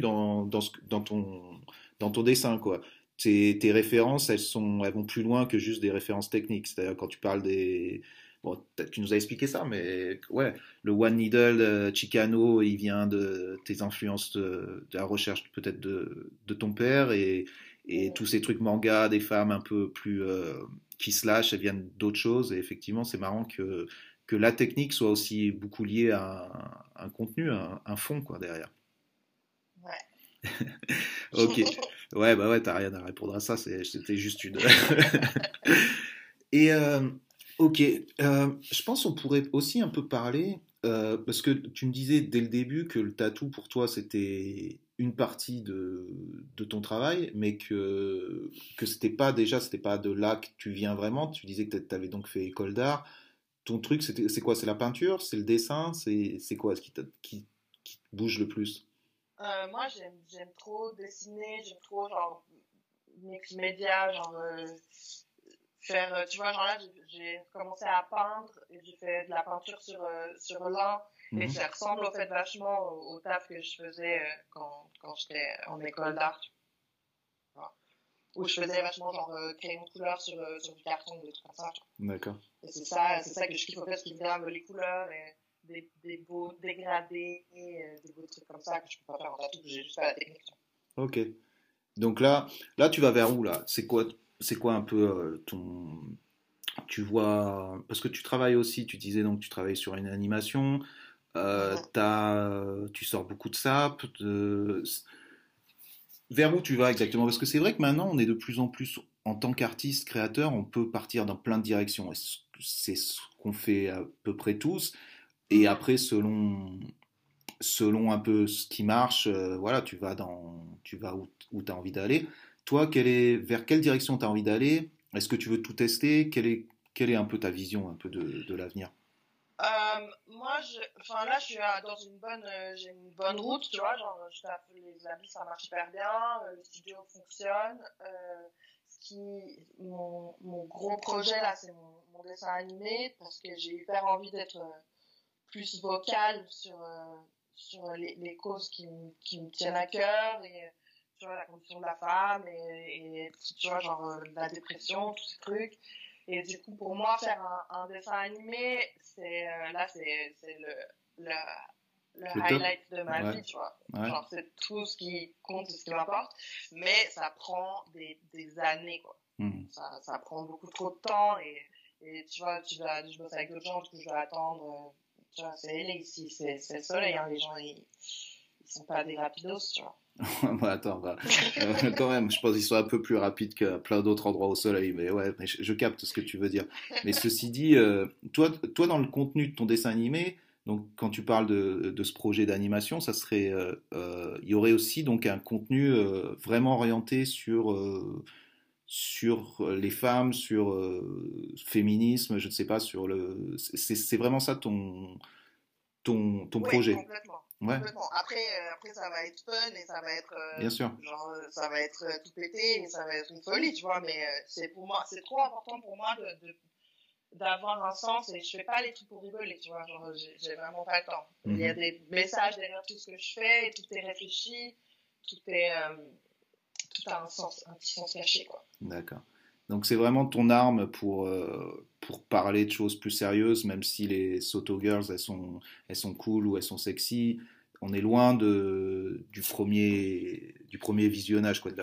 dans ton dessin, quoi. Tes références, elles vont plus loin que juste des références techniques. C'est-à-dire quand tu parles bon, peut-être que tu nous as expliqué ça, mais ouais, le One Needle, Chicano, il vient de tes influences de la recherche peut-être de ton père et Mm. tous ces trucs manga, des femmes un peu plus qui se lâchent, elles viennent d'autres choses. Et effectivement, c'est marrant que la technique soit aussi beaucoup liée à un contenu, un fond quoi, derrière. Ouais. Ok. Ouais, bah ouais, t'as rien à répondre à ça, c'était juste une. Et ok, je pense qu'on pourrait aussi un peu parler, parce que tu me disais dès le début que le tatou pour toi c'était une partie de ton travail, mais que c'était pas de là que tu viens vraiment. Tu disais que tu avais donc fait école d'art. Ton truc, c'est quoi? C'est la peinture? C'est le dessin? C'est quoi ce qui te bouge le plus? Moi, j'aime trop dessiner, j'aime trop, genre, mix média, genre, faire, tu vois, genre là, j'ai commencé à peindre et j'ai fait de la peinture sur lin et Mhm. ça ressemble au fait vachement au taf que je faisais quand j'étais en école d'art, tu vois, où je faisais vachement, genre, crayon de couleur sur du carton, des trucs comme ça, tu vois. D'accord. Et c'est ça que je kiffe, en fait, ce qui grave les couleurs et des beaux dégradés, des beaux trucs comme ça que je peux pas faire en tatou, que j'ai juste pas la technique, tu vois. Ok. Donc là, tu vas vers où là? C'est quoi un peu tu vois, parce que tu travailles aussi, tu disais donc tu travailles sur une animation, Mhm. tu sors beaucoup de sap, vers où tu vas exactement? Parce que c'est vrai que maintenant, on est de plus en plus, en tant qu'artiste, créateur, on peut partir dans plein de directions. Et c'est ce qu'on fait à peu près tous. Et Mhm. après, selon un peu ce qui marche, voilà, tu vas où tu as envie d'aller. Toi, vers quelle direction tu as envie d'aller? Est-ce que tu veux tout tester? Quelle est un peu ta vision un peu de l'avenir? Moi, enfin là, je suis dans j'ai une bonne route, tu vois, genre, je tape les habits, ça marche hyper bien, le studio fonctionne. Mon gros projet là, c'est mon dessin animé parce que j'ai hyper envie d'être plus vocale sur les causes qui me tiennent à cœur et tu vois, la condition de la femme et tu vois, genre la dépression, tous ces trucs. Et du coup, pour moi, faire un dessin animé, c'est le, le Le top? highlight de ma Ouais, vie, tu vois. ouais. Genre, c'est tout ce qui compte, c'est ce qui m'importe. Mais ça prend des années, quoi. Hmm. Ça prend beaucoup trop de temps et tu vois, je bosse avec d'autres gens, du coup, je dois attendre. Tu vois, ici, c'est le soleil, hein, les gens, ils sont pas des rapidos, tu vois. Bah, attends, bah, quand même, je pense qu'ils sont un peu plus rapides qu'à plein d'autres endroits au soleil, mais ouais, mais je capte ce que tu veux dire. Mais ceci dit, toi, dans le contenu de ton dessin animé, donc quand tu parles de ce projet d'animation, il y aurait aussi donc un contenu vraiment orienté sur les femmes, sur féminisme, je ne sais pas, c'est vraiment ça ton Ouais, projet. complètement. Ouais, Complètement. Après, ça va être fun et ça va être, bien sûr. ça va être tout pété et ça va être une folie, tu vois. Mais pour moi, c'est trop important pour moi d'avoir un sens et je fais pas les trucs pour rigoler, tu vois. Genre, j'ai vraiment pas le temps. Il y a Mhm. des messages derrière tout ce que je fais, et tout est réfléchi, tout est, tout a un sens, un petit sens caché, quoi. D'accord. Donc c'est vraiment ton arme pour parler de choses plus sérieuses, même si les Soto Girls, elles sont cool ou elles sont sexy. On est loin du premier visionnage, quoi,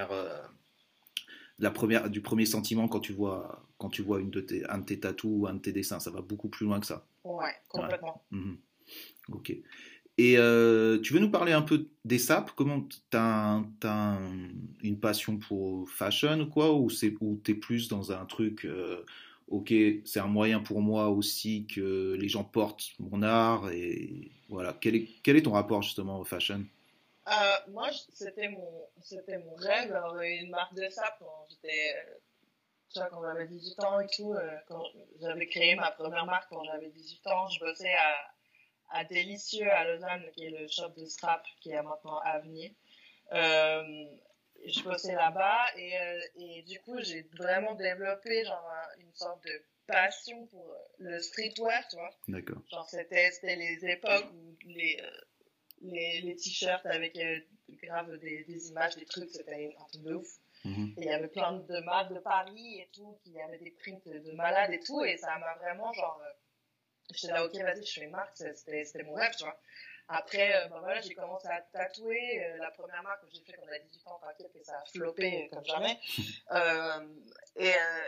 du premier sentiment quand tu vois un de tes tatous ou un de tes dessins. Ça va beaucoup plus loin que ça. Ouais, Ouais. complètement. Mhm. Ok. Et tu veux nous parler un peu des sapes? Comment une passion pour fashion ou quoi? Ou t'es plus dans un truc, ok, c'est un moyen pour moi aussi que les gens portent mon art et voilà. Quel est ton rapport justement au fashion? Moi, c'était mon rêve d'avoir une marque de sable quand j'étais, tu vois, quand j'avais 18 ans et tout. Quand j'avais créé ma première marque quand j'avais 18 ans, je bossais à Délicieux à Lausanne, qui est le shop de strap qui est maintenant Avenir. Euh, je bossais là-bas et du coup, j'ai vraiment développé genre une sorte de passion pour le streetwear, tu vois. D'accord. Genre, c'était les époques où les t-shirts avec grave des images, des trucs, c'était un truc de ouf. Mhm. Et il y avait plein de marques de Paris et tout, qui avaient des prints de malades et tout, et ça m'a vraiment genre. J'étais là, ok, vas-y, je fais une marque, c'était mon rêve, tu vois. Après, ben voilà, j'ai commencé à tatouer. La première marque que j'ai fait quand j'avais 18 ans, t'inquiète que ça a floppé comme jamais. Euh, et, euh,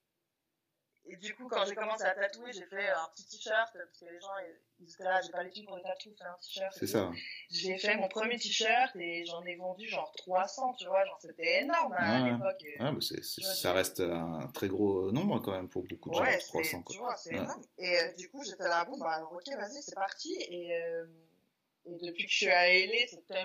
et du coup, quand j'ai commencé à tatouer, j'ai fait un petit t-shirt, parce que les gens, ils étaient là, j'ai pas les thunes pour les tatous, fais un t-shirt. C'est ça. J'ai fait mon premier t-shirt et j'en ai vendu genre 300, tu vois, genre c'était énorme à Ouais. l'époque. Ah, bah ça reste un très gros nombre quand même pour beaucoup de gens, Ouais, 300 quoi. tu vois, c'est Ouais. énorme. Et du coup, j'étais là, bon, bah, ok, vas-y, c'est parti. Et depuis que je suis à LA,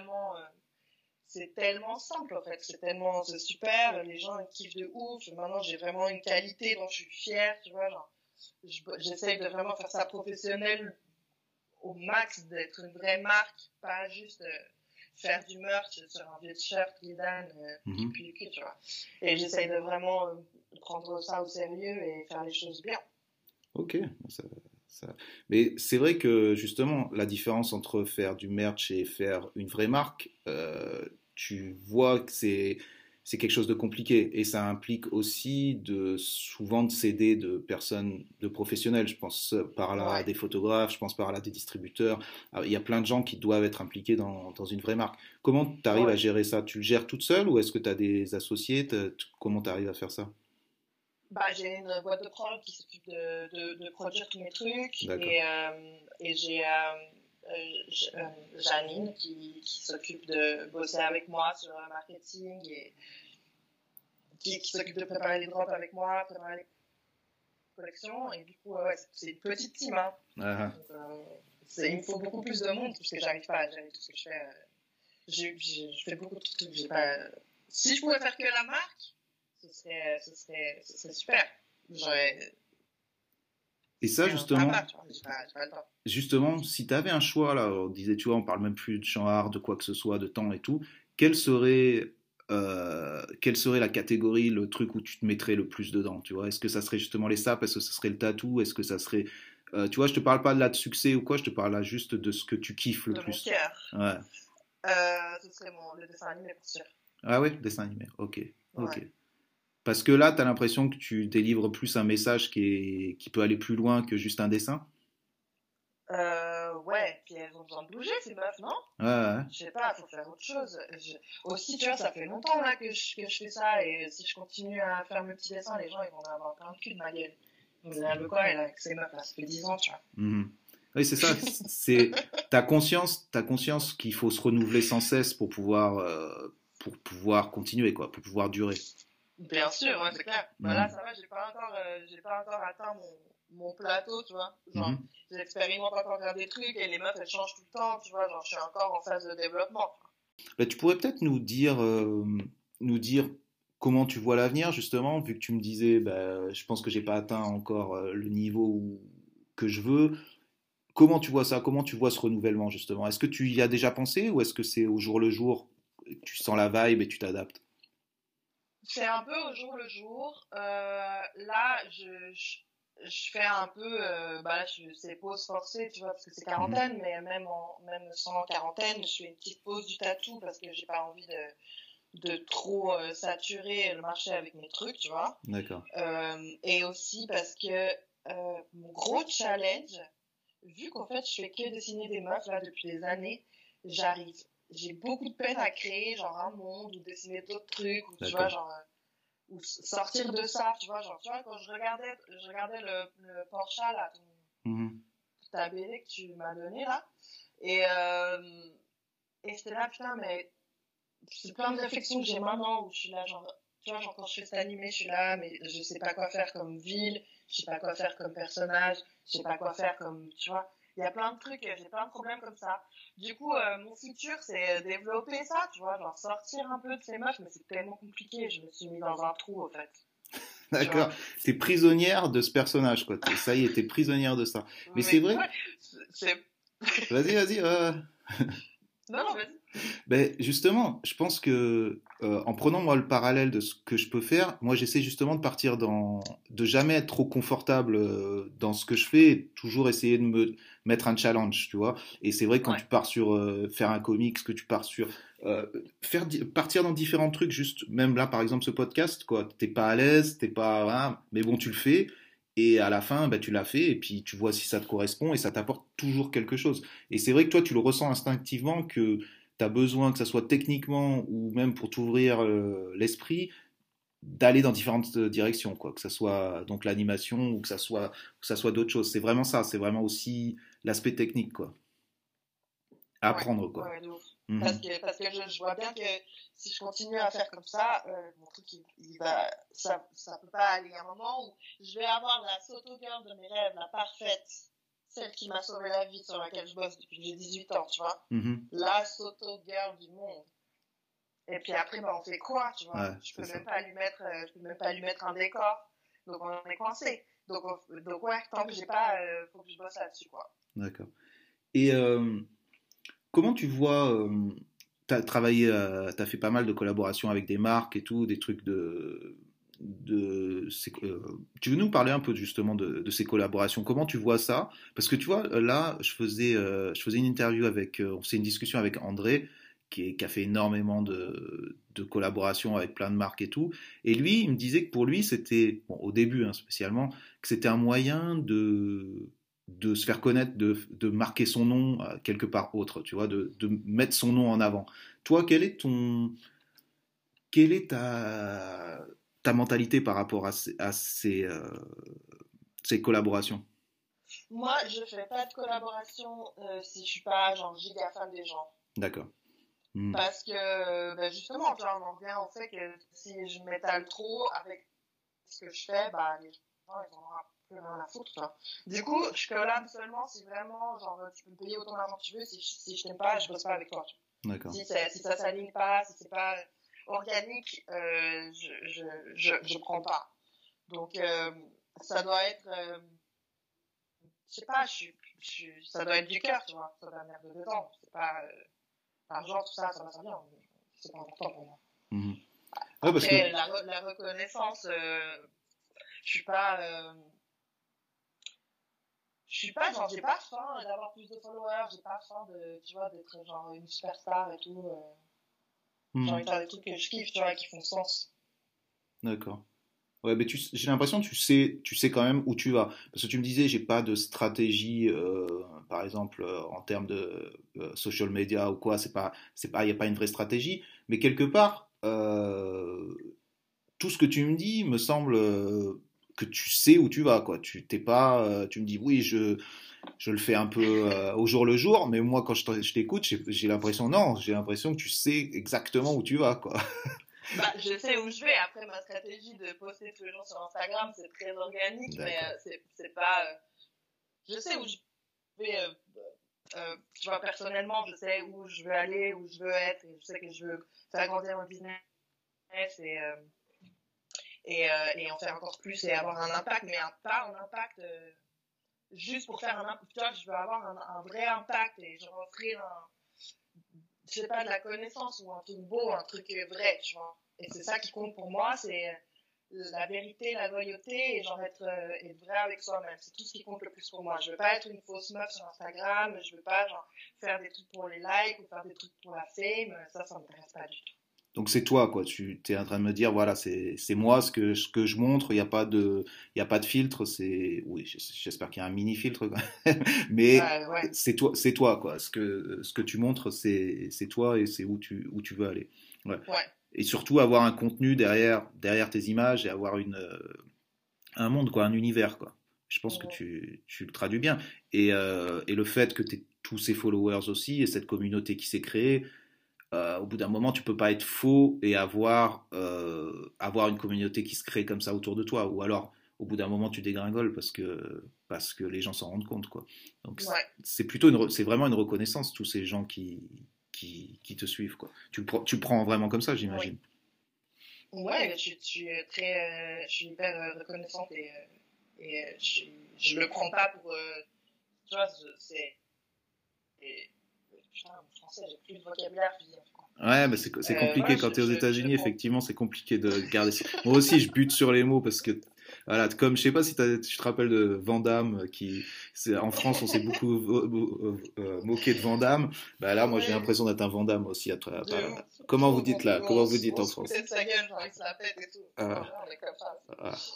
c'est tellement simple en fait, c'est super, les gens ils kiffent de ouf. Maintenant, j'ai vraiment une qualité dont je suis fière, tu vois, genre, j'essaye de vraiment faire ça professionnel au max, d'être une vraie marque, pas juste faire du merch sur un vieux t-shirt Guédane qui Mhm. pue le cul, tu vois. Et j'essaye de vraiment prendre ça au sérieux et faire les choses bien. Ok, ça, mais c'est vrai que justement, la différence entre faire du merch et faire une vraie marque, tu vois que c'est quelque chose de compliqué et ça implique aussi souvent de s'aider de personnes, de professionnels. Je pense par là à Ouais. des photographes, je pense par là à des distributeurs. Alors, il y a plein de gens qui doivent être impliqués dans une vraie marque. Comment tu arrives à Ouais. gérer ça? Tu le gères toute seule ou est-ce que tu as des associés? Comment tu arrives à faire ça? Bah, j'ai une boîte de prod qui s'occupe de produire tous mes trucs D'accord. et j'ai Janine qui s'occupe de bosser avec moi sur le marketing et qui s'occupe de préparer les drops avec moi, préparer les collections. Et du coup, ouais, c'est une petite team. Hein. Ah, Donc, il me faut beaucoup plus de monde parce que j'arrive pas à gérer tout ce que je fais. Je fais beaucoup de trucs. J'ai pas, si je pouvais faire que la marque, ce serait super. J'aurais et ça, un tabac, justement, tu vois, j'ai pas le temps. justement, si tu avais un choix, là, on disait, tu vois, on parle même plus de genre, de quoi que ce soit, de temps et tout, quelle serait la catégorie, le truc où tu te mettrais le plus dedans, tu vois? Est-ce que ça serait justement les sapes? Est-ce que ça serait le tatou? Est-ce que ça serait... tu vois, je te parle pas de là de succès ou quoi, je te parle là juste de ce que tu kiffes le De mon plus. cœur. Ouais. Ce serait le dessin animé pour sûr. Ah ouais, dessin animé, ok, ok. Ouais. Parce que là, tu as l'impression que tu délivres plus un message qui peut aller plus loin que juste un dessin? Ouais, puis elles ont besoin de bouger, ces meufs, non? Ouais, ouais. Je sais pas, faut faire autre chose. Aussi, tu vois, ça fait longtemps là que je fais ça et si je continue à faire mes petits dessins, les gens ils vont en avoir plein de cul de ma gueule. Ils vont me dire, elle veut quoi, elle, avec ces meufs là, ça fait 10 ans, tu vois. Mhm. Oui, c'est ça. C'est t'as conscience qu'il faut se renouveler sans cesse pour pouvoir continuer quoi, pour pouvoir durer. Bien sûr, ouais, c'est clair. Bah là, Mhm. ça va, j'ai pas encore atteint mon plateau, tu vois. Genre, Mhm. j'expérimente encore faire des trucs et les meufs, elles changent tout le temps, tu vois. Genre, je suis encore en phase de développement. Bah, tu pourrais peut-être nous dire comment tu vois l'avenir justement, vu que tu me disais, bah, je pense que j'ai pas atteint encore le niveau que je veux. Comment tu vois ça? Comment tu vois ce renouvellement justement? Est-ce que tu y as déjà pensé ou est-ce que c'est au jour le jour, tu sens la vibe et tu t'adaptes? C'est un peu au jour le jour. Là, je fais un peu, bah là, c'est pause forcée, tu vois, parce que c'est Mhm. quarantaine, mais même sans quarantaine, je fais une petite pause du tatou parce que j'ai pas envie de trop saturer le marché avec mes trucs, tu vois. D'accord. Et aussi parce que mon gros challenge, vu qu'en fait, je fais que dessiner des meufs là depuis des années, j'ai beaucoup de peine à créer genre un monde ou dessiner d'autres trucs, ou tu vois, genre, ou sortir de ça, tu vois, genre, tu vois, quand je regardais le Porsche là, ta BD que tu m'as donné là, et j'étais là, putain, mais c'est plein de réflexions que j'ai maintenant où je suis là, genre, tu vois, genre quand je fais cet animé, je suis là, mais je sais pas quoi faire comme ville, je sais pas quoi faire comme personnage, je sais pas quoi faire comme, tu vois, il y a plein de trucs, j'ai plein de problèmes comme ça. Du coup, mon futur, c'est développer ça, tu vois, genre sortir un peu de ces meufs, mais c'est tellement compliqué, je me suis mis dans un trou, en fait. D'accord, t'es prisonnière de ce personnage, quoi. Ça y est, t'es prisonnière de ça. Mais c'est vrai. Ouais, Vas-y. Non, vas-y. Ben justement, je pense que en prenant moi le parallèle de ce que je peux faire, moi j'essaie justement de partir de jamais être trop confortable dans ce que je fais, et toujours essayer de me mettre un challenge, tu vois. Et c'est vrai que quand tu pars sur faire un comics, que tu pars sur partir dans différents trucs, juste même là par exemple ce podcast, quoi. T'es pas à l'aise, t'es pas, voilà, mais bon tu le fais. Et à la fin, bah, tu l'as fait, et puis tu vois si ça te correspond, et ça t'apporte toujours quelque chose. Et c'est vrai que toi, tu le ressens instinctivement que tu as besoin, que ça soit techniquement ou même pour t'ouvrir l'esprit, d'aller dans différentes directions, quoi. Que ça soit donc l'animation ou que ça soit d'autres choses. C'est vraiment ça, c'est vraiment aussi l'aspect technique, quoi. À apprendre, quoi. Ouais, de ouf. Parce que je vois bien que si je continue à faire comme ça, mon truc, ça peut pas aller à un moment où je vais avoir la Soto Girl de mes rêves, la parfaite, celle qui m'a sauvé la vie, sur laquelle je bosse depuis que j'ai 18 ans, tu vois. La Soto Girl du monde. Et puis après, bah, on fait quoi, tu vois. Je peux même pas lui mettre un décor. Donc on est coincé. Donc ouais, tant que j'ai pas, faut que je bosse là-dessus, quoi. D'accord. Et comment tu vois, t'as travaillé, t'as fait pas mal de collaborations avec des marques et tout, des trucs tu veux nous parler un peu justement de ces collaborations? Comment tu vois ça? Parce que tu vois, là, je faisais une interview avec, on faisait une discussion avec André, qui a fait énormément de collaborations avec plein de marques et tout. Et lui, il me disait que pour lui, c'était, bon, au début hein, spécialement, que c'était un moyen de se faire connaître, de marquer son nom quelque part autre, tu vois, de mettre son nom en avant. Toi, quelle est ta mentalité par rapport à ces collaborations? Moi, je fais pas de collaboration si je suis pas genre giga fan des gens. D'accord. Parce que bah, justement, tu vois, on en revient au fait que si je m'étale trop avec ce que je fais, bah les gens ils en auront plus rien à foutre, tu vois. Du coup, je collab seulement si vraiment, genre, tu peux me payer autant d'argent que tu veux, si je t'aime pas, je bosse pas avec toi. D'accord. Si ça s'aligne pas, si c'est pas organique, je prends pas. Donc, ça doit être, je sais pas, ça doit être du cœur, tu vois, ça doit venir de dedans. C'est pas l'argent, tout ça, ça va bien. C'est pas important pour moi. Ouais, parce Après, que... la reconnaissance, je suis pas. Je suis pas genre, j'ai pas faim d'avoir plus de followers, j'ai pas faim de, tu vois, d'être genre une superstar et tout. J'ai envie de faire des trucs que je kiffe, tu vois, qui font sens. D'accord. Ouais, mais j'ai l'impression que tu sais quand même où tu vas. Parce que tu me disais, j'ai pas de stratégie, par exemple, en termes de social media ou quoi. Il n'y a pas une vraie stratégie. Mais quelque part, tout ce que tu me dis me semble que tu sais où tu vas, quoi. Tu t'es pas, tu me dis, oui, je le fais un peu au jour le jour, mais moi, quand je t'écoute, j'ai l'impression, non, j'ai l'impression que tu sais exactement où tu vas, quoi. Bah, je sais où je vais. Après, ma stratégie de poster tous les jours sur Instagram, c'est très organique, mais c'est pas. Je sais où je vais. Tu vois, personnellement, je sais où je veux aller, où je veux être, et je sais que je veux faire grandir mon business et, et en faire encore plus et avoir un impact, mais pas un impact juste pour faire un impact. Tu vois, je veux avoir un vrai impact et genre offrir je sais pas, de la connaissance ou un truc beau, un truc vrai, tu vois. Et c'est ça qui compte pour moi, c'est la vérité, la loyauté et genre être vrai avec soi-même. C'est tout ce qui compte le plus pour moi. Je veux pas être une fausse meuf sur Instagram, je veux pas genre faire des trucs pour les likes ou faire des trucs pour la fame, ça m'intéresse pas du tout. Donc c'est toi, quoi. Tu es en train de me dire, voilà, c'est moi ce que je montre. Il y a pas de filtre. Oui, j'espère qu'il y a un mini filtre, quoi. Mais Ouais. c'est toi, quoi. Ce que tu montres, c'est toi et c'est où tu veux aller. Ouais. Ouais. Et surtout avoir un contenu derrière tes images et avoir un monde, quoi, un univers, quoi. Je pense que tu le traduis bien. Et le fait que tu aies tous ces followers aussi et cette communauté qui s'est créée, au bout d'un moment, tu peux pas être faux et avoir une communauté qui se crée comme ça autour de toi. Ou alors, au bout d'un moment, tu dégringoles parce que les gens s'en rendent compte, quoi. Donc, c'est vraiment une reconnaissance, tous ces gens qui te suivent, quoi. Tu le prends vraiment comme ça, j'imagine. Ouais, je suis je suis hyper reconnaissante et je le prends pas pour, tu vois, putain, en français, j'ai plus de vocabulaire, je dis, Ouais, bah c'est compliqué voilà, quand tu es aux États-Unis, effectivement, c'est compliqué de garder ça. Moi aussi, je bute sur les mots parce que, voilà, comme je sais pas si tu te rappelles de Van Damme, en France, on s'est beaucoup moqué de Van Damme. Bah là, moi, j'ai l'impression d'être un Van Damme aussi. Comment vous dites là? Comment vous dites en France? On se sa gueule, genre, avec sa tête et tout. On est comme ça.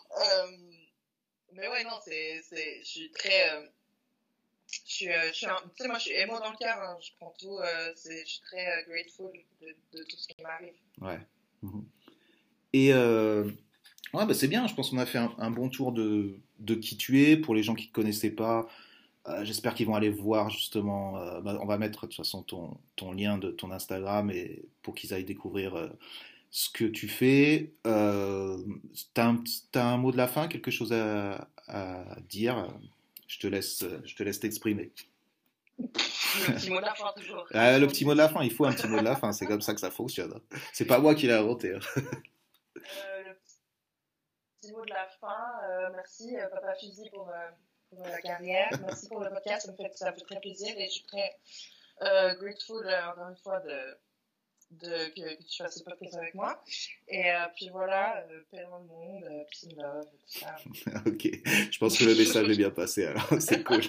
Mais ouais, non, je suis très. Tu sais, moi, je suis émo dans le cœur, hein, je prends tout, je suis très grateful de tout ce qui m'arrive. Ouais. Et ouais, bah c'est bien, je pense qu'on a fait un bon tour de qui tu es. Pour les gens qui ne te connaissaient pas, j'espère qu'ils vont aller voir justement, on va mettre de toute façon ton lien de ton Instagram et pour qu'ils aillent découvrir ce que tu fais. T'as un mot de la fin, quelque chose à dire? Je te laisse t'exprimer. Le petit mot de la fin, toujours. Le petit mot de la fin, il faut un petit mot de la fin, c'est comme ça que ça fonctionne. C'est pas moi qui l'ai inventé. Le petit mot de la fin, merci Papa Fusil pour la carrière, merci pour le podcast, ça me fait très plaisir et je suis très grateful encore une fois que tu fasses ce podcast avec moi. Et puis voilà, paix dans le monde, peace and love, tout ça. Ok, je pense que le message est bien passé alors, c'est cool.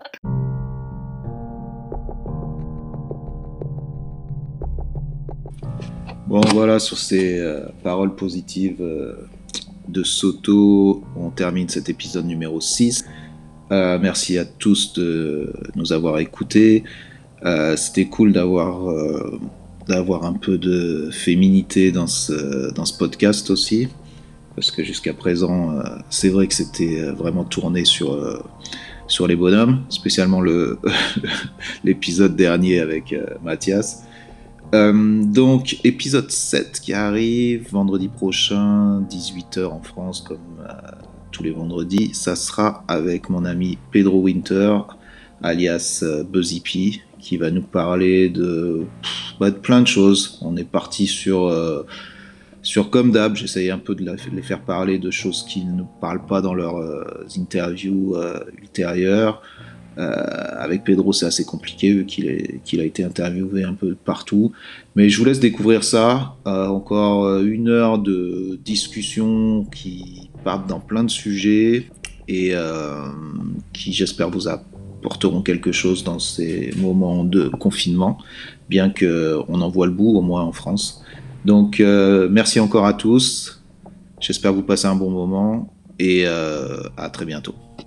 Bon, voilà, sur ces paroles positives de Soto, on termine cet épisode numéro 6. Merci à tous de nous avoir écoutés. C'était cool d'avoir un peu de féminité dans ce podcast aussi, parce que jusqu'à présent, c'est vrai que c'était vraiment tourné sur les bonhommes, spécialement l'épisode dernier avec Mathias. Donc, épisode 7 qui arrive vendredi prochain, 18h en France, comme tous les vendredis. Ça sera avec mon ami Pedro Winter, alias Buzzy P, qui va nous parler de plein de choses. On est parti sur comme d'hab, j'essayais un peu de les faire parler de choses qu'ils ne parlent pas dans leurs interviews ultérieures. Avec Pedro, c'est assez compliqué vu qu'il a été interviewé un peu partout. Mais je vous laisse découvrir ça. Encore 1 heure de discussion qui partent dans plein de sujets et qui, j'espère, vous apporteront quelque chose dans ces moments de confinement, bien qu'on en voit le bout, au moins en France. Donc, merci encore à tous. J'espère que vous passez un bon moment et à très bientôt.